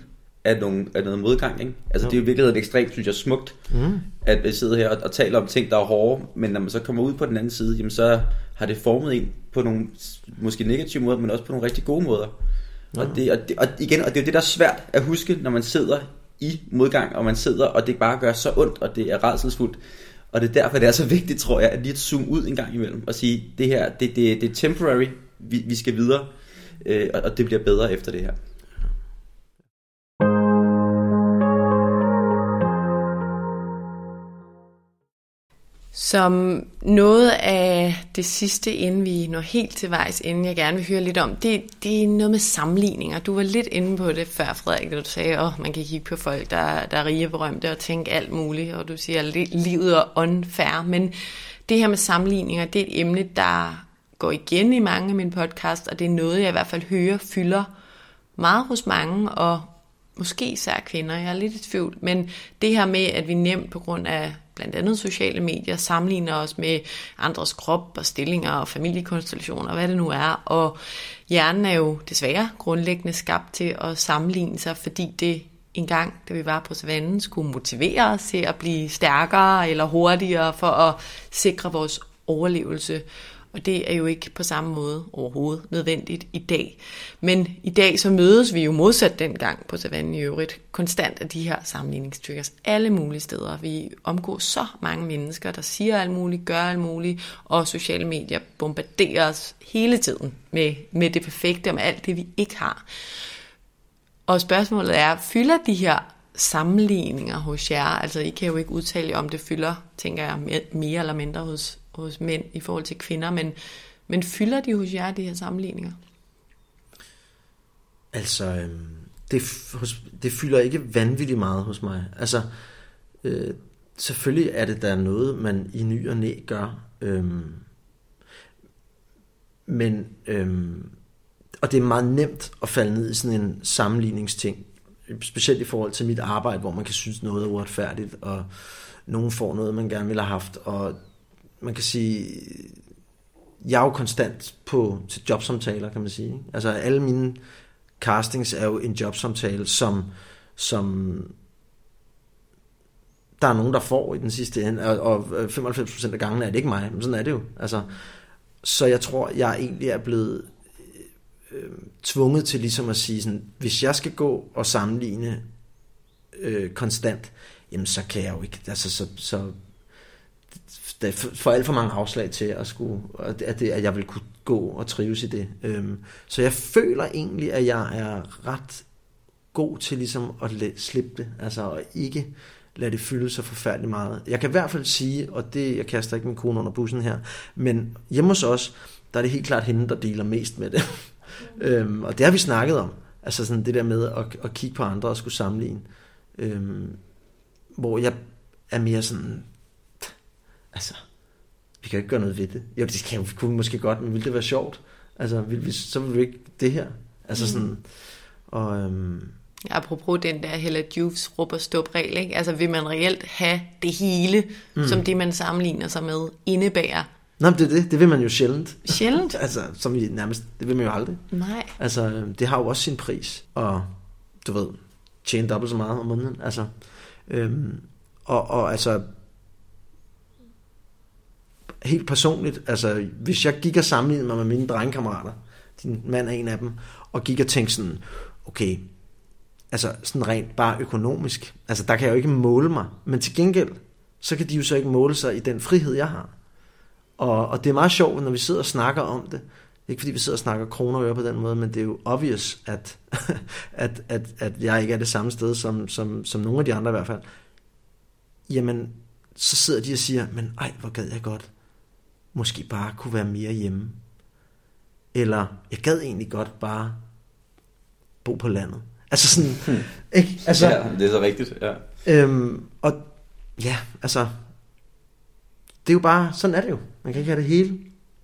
Speaker 4: af noget modgang, ikke? Altså det er jo i virkeligheden ekstremt, synes jeg, smukt, at vi sidder her og taler om ting, der er hårde, men når man så kommer ud på den anden side, jamen så har det formet en på nogle måske negative måder, men også på nogle rigtig gode måder. Og det er jo det, der er svært at huske, når man sidder i modgang, og man sidder, og det bare gør så ondt, og det er rædselsfuldt. Og det er derfor, det er så vigtigt, tror jeg, at lige at zoome ud en gang imellem, og sige, det her, det er temporary, vi skal videre, og det bliver bedre efter det her.
Speaker 2: Som noget af det sidste, inden vi når helt til vejs, inden jeg gerne vil høre lidt om, det er noget med sammenligninger. Du var lidt inde på det før, Frederik, da du sagde, at man kan kigge på folk, der er rige og berømte og tænke alt muligt, og du siger, at livet er unfair. Men det her med sammenligninger, det er et emne, der går igen i mange af mine podcasts, og det er noget, jeg i hvert fald hører fylder meget hos mange, og måske især kvinder, jeg er lidt i tvivl. Men det her med, at vi nemt på grund af blandt andet sociale medier sammenligner os med andres krop og stillinger og familiekonstellationer, hvad det nu er. Og hjernen er jo desværre grundlæggende skabt til at sammenligne sig, fordi det engang, da vi var på savannen, skulle motivere os til at blive stærkere eller hurtigere for at sikre vores overlevelse. Og det er jo ikke på samme måde overhovedet nødvendigt i dag. Men i dag så mødes vi jo modsat dengang på savannen i øvrigt konstant af de her sammenligningstriggers alle mulige steder. Vi omgår så mange mennesker, der siger alt muligt, gør alt muligt, og sociale medier bombarderer os hele tiden med det perfekte, med alt det vi ikke har. Og spørgsmålet er, fylder de her sammenligninger hos jer, altså I kan jo ikke udtale om det fylder, tænker jeg, mere eller mindre hos mænd i forhold til kvinder, men fylder de hos jer, de her sammenligninger?
Speaker 3: Altså, det fylder ikke vanvittigt meget hos mig. Altså, selvfølgelig er det der noget, man i ny og næ gør. Og det er meget nemt at falde ned i sådan en sammenligningsting, specielt i forhold til mit arbejde, hvor man kan synes noget er uretfærdigt, og nogen får noget, man gerne ville have haft, og man kan sige, jeg er jo konstant til jobsamtaler, kan man sige. Altså alle mine castings er jo en jobsamtale, som der er nogen, der får i den sidste ende, og 95% af gangene er det ikke mig, men sådan er det jo. Altså, så jeg tror, jeg egentlig er blevet tvunget til ligesom at sige sådan, hvis jeg skal gå og sammenligne konstant, jamen så kan jeg jo ikke, altså så der får alt for mange afslag til at jeg vil kunne gå og trives i det. Så jeg føler egentlig, at jeg er ret god til ligesom at slippe det, altså og ikke lade det fylde så forfærdeligt meget. Jeg kan i hvert fald sige, og det, jeg kaster ikke min kone under bussen her, men hjemme hos os, der er det helt klart hende, der deler mest med det. Og det har vi snakket om, altså sådan det der med at kigge på andre og skulle sammenligne, hvor jeg er mere sådan, altså, vi kan jo ikke gøre noget ved det. Jo, det kunne vi måske godt, men ville det være sjovt? Altså, så ville vi ikke det her. Altså sådan, og
Speaker 2: apropos den der Hella Jufs råb og stop regel, ikke? Altså, vil man reelt have det hele, som det man sammenligner sig med, indebærer?
Speaker 3: Nå, men det vil man jo sjældent.
Speaker 2: Sjældent?
Speaker 3: Altså, som vi nærmest, det vil man jo aldrig.
Speaker 2: Nej.
Speaker 3: Altså, det har jo også sin pris, og du ved, tjene dobbelt så meget om måneden, altså. Og altså, helt personligt, altså, hvis jeg gik og sammenlignede mig med mine drengekammerater, din mand er en af dem, og gik og tænkte sådan, okay, altså sådan rent bare økonomisk, altså der kan jeg jo ikke måle mig, men til gengæld, så kan de jo så ikke måle sig i den frihed, jeg har. Og det er meget sjovt, når vi sidder og snakker om det. Ikke fordi vi sidder og snakker kroner og øre på den måde, men det er jo obvious, at jeg ikke er det samme sted som nogle af de andre i hvert fald. Jamen, så sidder de og siger, men ej, hvor gad jeg godt måske bare kunne være mere hjemme. Eller, jeg gad egentlig godt bare bo på landet. Altså sådan, ikke? Altså,
Speaker 4: ja, det er så rigtigt, ja.
Speaker 3: Og ja, altså, det er jo bare, sådan er det jo. Man kan ikke have det hele.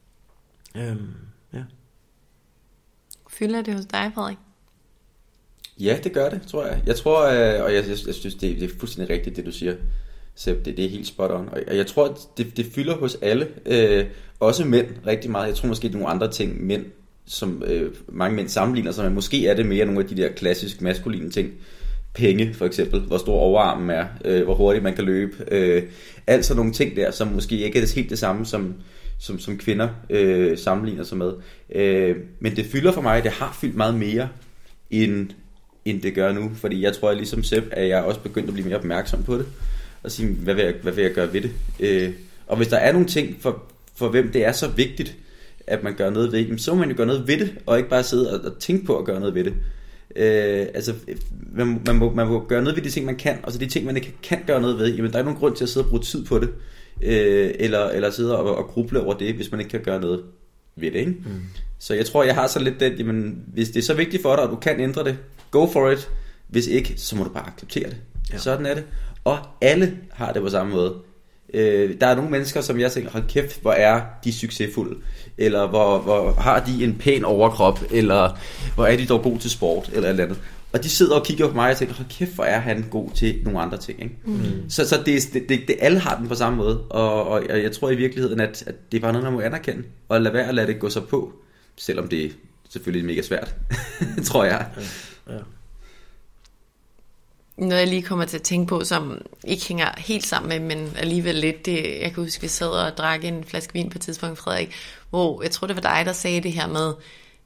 Speaker 3: Ja.
Speaker 2: Fylder det hos dig, Frederik?
Speaker 4: Ja, det gør det, tror jeg. Jeg tror, og jeg synes, det er fuldstændig rigtigt, det du siger. Så det er helt spot on. Og jeg tror, at det fylder hos alle. Også mænd rigtig meget. Jeg tror måske, det er nogle andre ting, mænd, som mange mænd sammenligner sig med. Måske er det mere nogle af de der klassisk maskuline ting. penge for eksempel, hvor stor overarmen er, hvor hurtigt man kan løbe, alt sådan nogle ting der, som måske ikke er helt det samme som kvinder sammenligner sig med. Men det fylder for mig, det har fyldt meget mere end det gør nu, fordi jeg tror, at ligesom Sepp, at jeg også begyndt at blive mere opmærksom på det, og sige, hvad vil jeg gøre ved det? Og hvis der er nogle ting, for hvem det er så vigtigt, at man gør noget ved det, så må man jo gøre noget ved det, og ikke bare sidde og tænke på at gøre noget ved det. Altså, man må gøre noget ved de ting, man kan, og så de ting, man ikke kan gøre noget ved, jamen der er ikke nogen grund til at sidde og bruge tid på det, eller sidde og gruble over det, hvis man ikke kan gøre noget ved det, ikke? Så jeg tror, jeg har så lidt den, jamen, hvis det er så vigtigt for dig, og du kan ændre det, go for it. Hvis ikke, så må du bare acceptere det. Ja. Sådan er det. Og alle har det på samme måde. Der er nogle mennesker, som jeg tænker, hold kæft, hvor er de succesfulde, eller hvor har de en pæn overkrop, eller hvor er de dog god til sport, eller et eller andet. Og de sidder og kigger på mig og tænker, hold kæft, hvor er han god til nogle andre ting, ikke? Så det alle har den på samme måde, og jeg tror i virkeligheden, at det er bare noget, man må anerkende, og lade det gå sig på, selvom det er selvfølgelig mega svært, tror jeg. Ja.
Speaker 2: Noget jeg lige kommer til at tænke på, som ikke hænger helt sammen med, men alligevel lidt, jeg kan huske, vi sad og drak en flaske vin på et tidspunkt, Frederik, hvor jeg tror det var dig, der sagde det her med,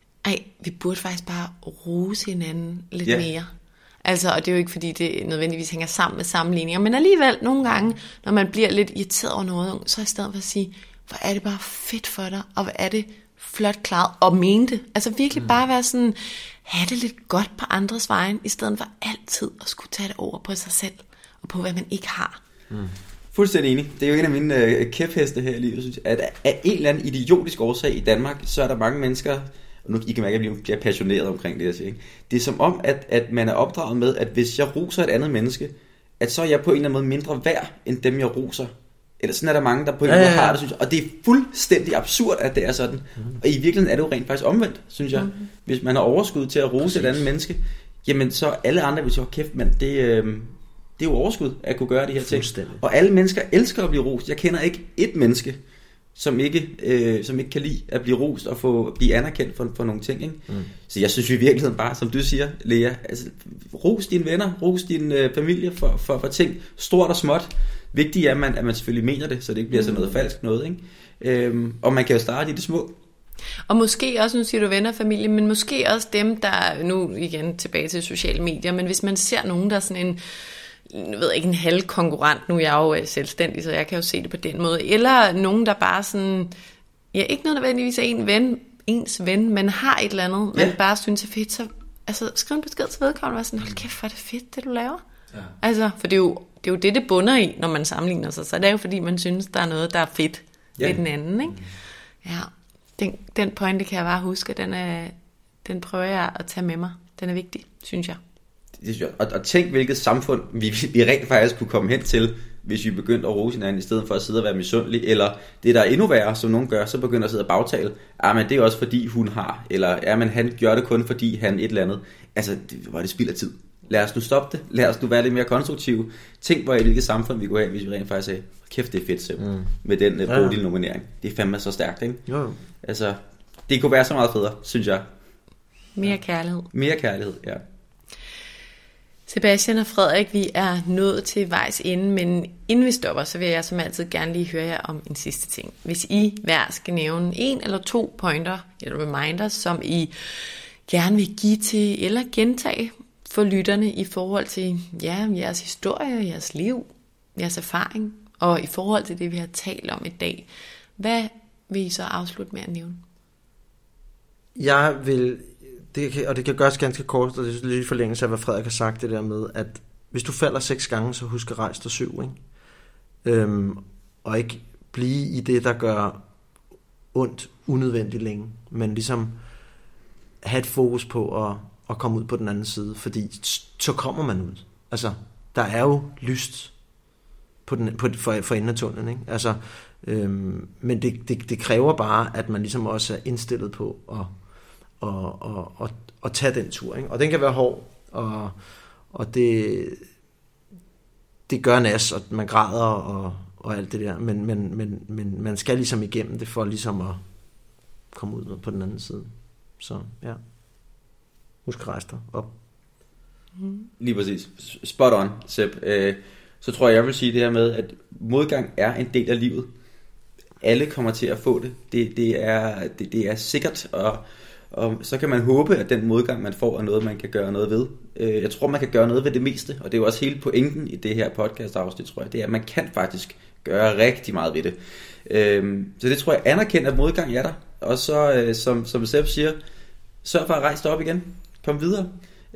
Speaker 2: vi burde faktisk bare rose hinanden lidt mere. Altså, og det er jo ikke fordi det nødvendigvis hænger sammen med sammenligninger, men alligevel nogle gange, når man bliver lidt irriteret over noget, så i stedet for at sige, hvor er det bare fedt for dig, og hvor er det flot klaret, og mente. Altså virkelig bare være sådan, have det lidt godt på andres vejen, i stedet for altid at skulle tage det over på sig selv, og på hvad man ikke har.
Speaker 4: Fuldstændig enig. Det er jo en af mine kæpheste her i livet, synes jeg, at af en eller anden idiotisk årsag i Danmark, så er der mange mennesker, og nu I kan mærke, at jeg bliver passioneret omkring det, jeg siger, ikke? Det er som om, at man er opdraget med, at hvis jeg roser et andet menneske, at så er jeg på en eller anden måde mindre værd, end dem jeg roser. Eller sådan er der mange, der på en måde har det, synes jeg. Og det er fuldstændig absurd, at det er sådan. Og i virkeligheden er det jo rent faktisk omvendt, synes jeg. Hvis man har overskud til at rose et andet menneske, jamen så alle andre vil sige, kæft mand, det er jo overskud at kunne gøre de her ting. Og alle mennesker elsker at blive rost. Jeg kender ikke et menneske, som ikke kan lide at blive rost og blive anerkendt for nogle ting, ikke? Så jeg synes jo i virkeligheden bare, som du siger, Lea, altså, ros dine venner, ros din familie for ting, stort og småt. Vigtigt er, at man selvfølgelig mener det, så det ikke bliver sådan noget falsk noget, ikke? Og man kan jo starte i det små.
Speaker 2: Og måske også, nu siger du venner og familie, men måske også dem, der, nu igen tilbage til sociale medier, men hvis man ser nogen, der er sådan en, jeg ved ikke, en halvkonkurrent, nu er jeg jo selvstændig, så jeg kan jo se det på den måde, eller nogen, der bare sådan, ja, ikke nødvendigvis er ens ven, men har et eller andet, man bare synes er fedt, så altså, skriv en besked til vedkommende, og sådan, hold kæft, hvor er det fedt, det du laver. Ja. Altså, for det er jo det bunder i, når man sammenligner sig, så det er jo fordi, man synes, der er noget, der er fedt ved den anden, ikke? Ja, den pointe kan jeg bare huske, den prøver jeg at tage med mig. Den er vigtig, synes jeg.
Speaker 4: Og tænk, hvilket samfund vi rent faktisk kunne komme hen til, hvis vi begyndte at rose hinanden, i stedet for at sidde og være misundelig, eller det, der er endnu værre, som nogen gør, så begynder at sidde og bagtale, men det er også fordi hun har, eller men han gør det kun fordi han et eller andet. Altså, det spild af tid. Lad os nu stoppe det. Lad os nu være lidt mere konstruktive. Tænk på, hvilket samfund vi kunne have, hvis vi rent faktisk sagde, kæft, det er fedt selv, med den Bodil-nominering. Det er fandme så stærkt, ikke? Jo. Altså, det kunne være så meget federe, synes jeg.
Speaker 2: Mere kærlighed.
Speaker 4: Mere kærlighed, ja.
Speaker 2: Sebastian og Frederik, vi er nået til vejs ende, men inden vi stopper, så vil jeg som altid gerne lige høre jer om en sidste ting. Hvis I hver skal nævne 1 eller 2 pointer, eller reminders, som I gerne vil give til, eller gentage for lytterne i forhold til jeres historie, jeres liv, jeres erfaring, og i forhold til det, vi har talt om i dag. Hvad vil I så afslutte med at nævne?
Speaker 3: Jeg vil, og det kan gøres ganske kort, og det er lidt i forlængelse af, hvad Frederik har sagt, det der med, at hvis du falder 6 gange, så husk at rejse dig 7, ikke? Og ikke blive i det, der gør ondt unødvendigt længe, men ligesom have et fokus på at komme ud på den anden side, fordi så kommer man ud. Altså, der er jo lyst for enden af tunnelen, ikke? Altså, men det kræver bare, at man ligesom også er indstillet på at tage den tur, ikke? Og den kan være hård, og det gør nas, og man græder og alt det der, men man skal ligesom igennem det for ligesom at komme ud på den anden side. Så ja, husk at rejse dig op.
Speaker 4: Lige præcis. Spot on, Sepp. Så tror jeg vil sige det her med, at modgang er en del af livet. Alle kommer til at få det. Det er sikkert, og så kan man håbe, at den modgang, man får, er noget, man kan gøre noget ved. Jeg tror, man kan gøre noget ved det meste, og det er jo også hele pointen i det her podcast-afsnit, tror jeg. Det er, at man kan faktisk gøre rigtig meget ved det. Så det tror jeg anerkender, at modgang er der. Og så, som Sepp siger, sørg for at rejse dig op igen. Kom videre.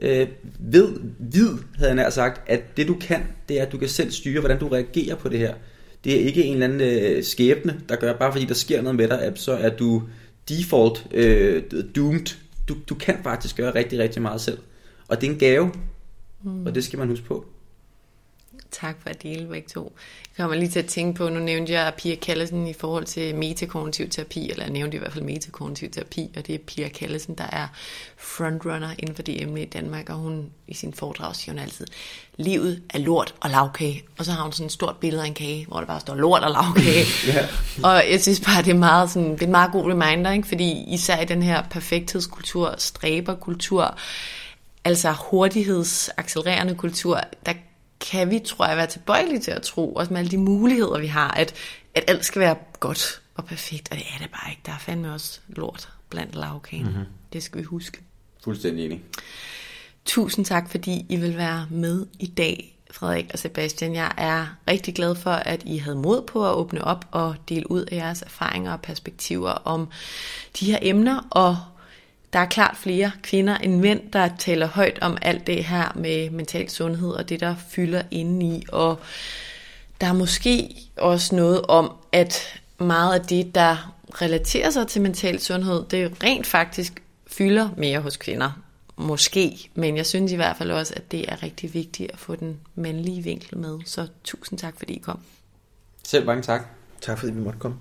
Speaker 4: Vid, havde jeg nær sagt, at det du kan, det er, at du kan selv styre, hvordan du reagerer på det her. Det er ikke en eller anden skæbne, der gør, bare fordi der sker noget med dig, så er du default doomed. Du kan faktisk gøre rigtig, rigtig meget selv. Og det er en gave, og det skal man huske på.
Speaker 2: Tak for at dele begge to. Jeg kommer lige til at tænke på, nu nævnte jeg Pia Callesen i forhold til metakognitiv terapi, eller jeg nævnte i hvert fald metakognitiv terapi, og det er Pia Callesen, der er frontrunner inden for det emne i Danmark, og hun i sin foredrag siger hun altid, livet er lort og lavkage, og så har hun sådan et stort billede af en kage, hvor der bare står lort og lavkage. Yeah. Og jeg synes bare, det er en meget god reminder, ikke? Fordi især i den her perfekthedskultur, stræberkultur, altså hurtighedsaccelererende kultur, der kan vi, tror jeg, være tilbøjelige til at tro, også med alle de muligheder, vi har, at alt skal være godt og perfekt, og det er det bare ikke. Der er fandme også lort blandt lavkagen. Mm-hmm. Det skal vi huske.
Speaker 4: Fuldstændig enig.
Speaker 2: Tusind tak, fordi I vil være med i dag, Frederik og Sebastian. Jeg er rigtig glad for, at I havde mod på at åbne op og dele ud af jeres erfaringer og perspektiver om de her emner, og der er klart flere kvinder end mænd, der taler højt om alt det her med mental sundhed og det, der fylder indeni. Og der er måske også noget om, at meget af det, der relaterer sig til mental sundhed, det rent faktisk fylder mere hos kvinder. Måske, men jeg synes i hvert fald også, at det er rigtig vigtigt at få den mandlige vinkel med. Så tusind tak, fordi I kom.
Speaker 4: Selv mange tak.
Speaker 3: Tak fordi vi måtte komme.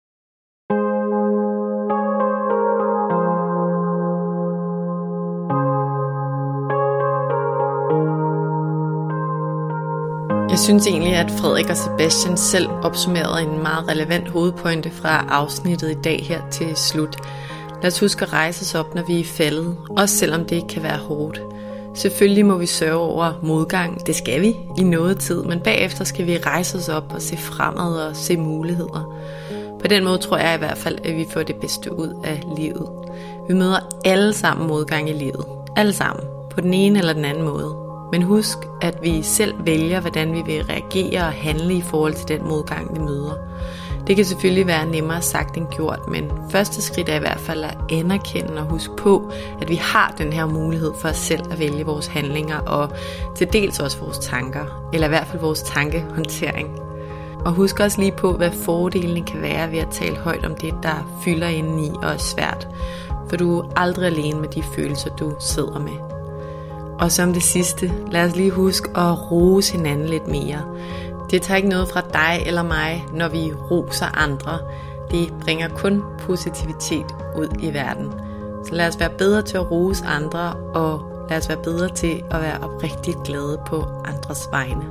Speaker 2: Jeg synes egentlig, at Frederik og Sebastian selv opsummerede en meget relevant hovedpointe fra afsnittet i dag her til slut. Lad os huske at rejse os op, når vi er faldet, også selvom det ikke kan være hårdt. Selvfølgelig må vi sørge over modgang, det skal vi i noget tid, men bagefter skal vi rejse os op og se fremad og se muligheder. På den måde tror jeg i hvert fald, at vi får det bedste ud af livet. Vi møder alle sammen modgang i livet. Alle sammen. På den ene eller den anden måde. Men husk, at vi selv vælger, hvordan vi vil reagere og handle i forhold til den modgang, vi møder. Det kan selvfølgelig være nemmere sagt end gjort, men første skridt er i hvert fald at anerkende og huske på, at vi har den her mulighed for os selv at vælge vores handlinger og til dels også vores tanker, eller i hvert fald vores tankehåndtering. Og husk også lige på, hvad fordelene kan være ved at tale højt om det, der fylder indeni og er svært, for du er aldrig alene med de følelser, du sidder med. Og som det sidste, lad os lige huske at rose hinanden lidt mere. Det tager ikke noget fra dig eller mig, når vi roser andre. Det bringer kun positivitet ud i verden. Så lad os være bedre til at rose andre, og lad os være bedre til at være oprigtigt glade på andres vegne.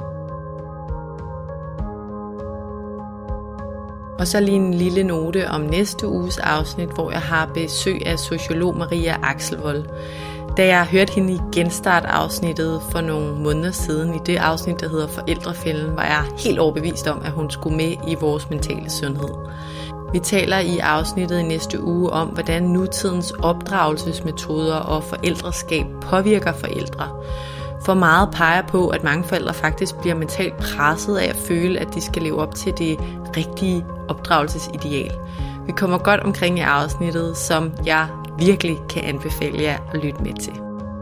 Speaker 2: Og så lige en lille note om næste uges afsnit, hvor jeg har besøg af sociolog Maria Axelvold. Da jeg hørte hende i genstart-afsnittet for nogle måneder siden, i det afsnit, der hedder Forældrefælden, var jeg helt overbevist om, at hun skulle med i vores mentale sundhed. Vi taler i afsnittet i næste uge om, hvordan nutidens opdragelsesmetoder og forældreskab påvirker forældre. For meget peger på, at mange forældre faktisk bliver mentalt presset af at føle, at de skal leve op til det rigtige opdragelsesideal. Vi kommer godt omkring i afsnittet, som jeg virkelig kan anbefale jer at lytte med til.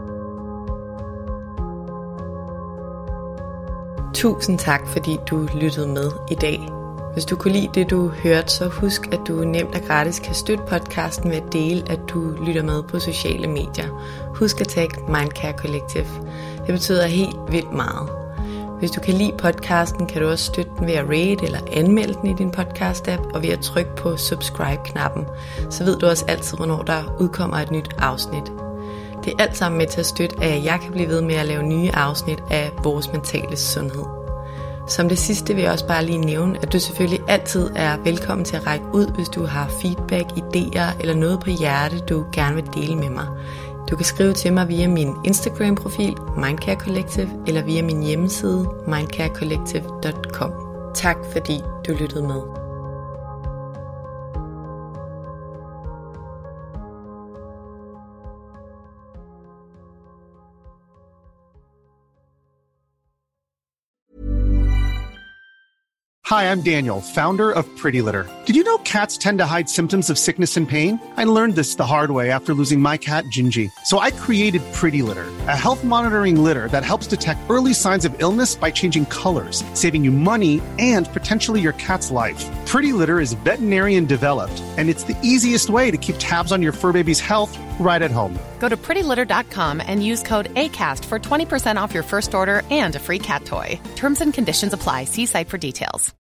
Speaker 2: Tusind tak, fordi du lyttede med i dag. Hvis du kunne lide det, du hørte, så husk, at du nemt og gratis kan støtte podcasten ved at dele, at du lytter med på sociale medier. Husk at tagge Mindcare Collective. Det betyder helt vildt meget. Hvis du kan lide podcasten, kan du også støtte den ved at rate eller anmelde den i din podcast-app, og ved at trykke på subscribe-knappen. Så ved du også altid, hvornår der udkommer et nyt afsnit. Det er alt sammen med til at støtte, at jeg kan blive ved med at lave nye afsnit af vores mentale sundhed. Som det sidste vil jeg også bare lige nævne, at du selvfølgelig altid er velkommen til at række ud, hvis du har feedback, idéer eller noget på hjerte, du gerne vil dele med mig. Du kan skrive til mig via min Instagram-profil Mindcare Collective eller via min hjemmeside mindcarecollective.com. Tak fordi du lyttede med.
Speaker 6: Hi, I'm Daniel, founder of Pretty Litter. Did you know cats tend to hide symptoms of sickness and pain? I learned this the hard way after losing my cat, Gingy. So I created Pretty Litter, a health monitoring litter that helps detect early signs of illness by changing colors, saving you money and potentially your cat's life. Pretty Litter is veterinarian developed, and it's the easiest way to keep tabs on your fur baby's health right at home.
Speaker 7: Go to prettylitter.com and use code ACAST for 20% off your first order and a free cat toy. Terms and conditions apply. See site for details.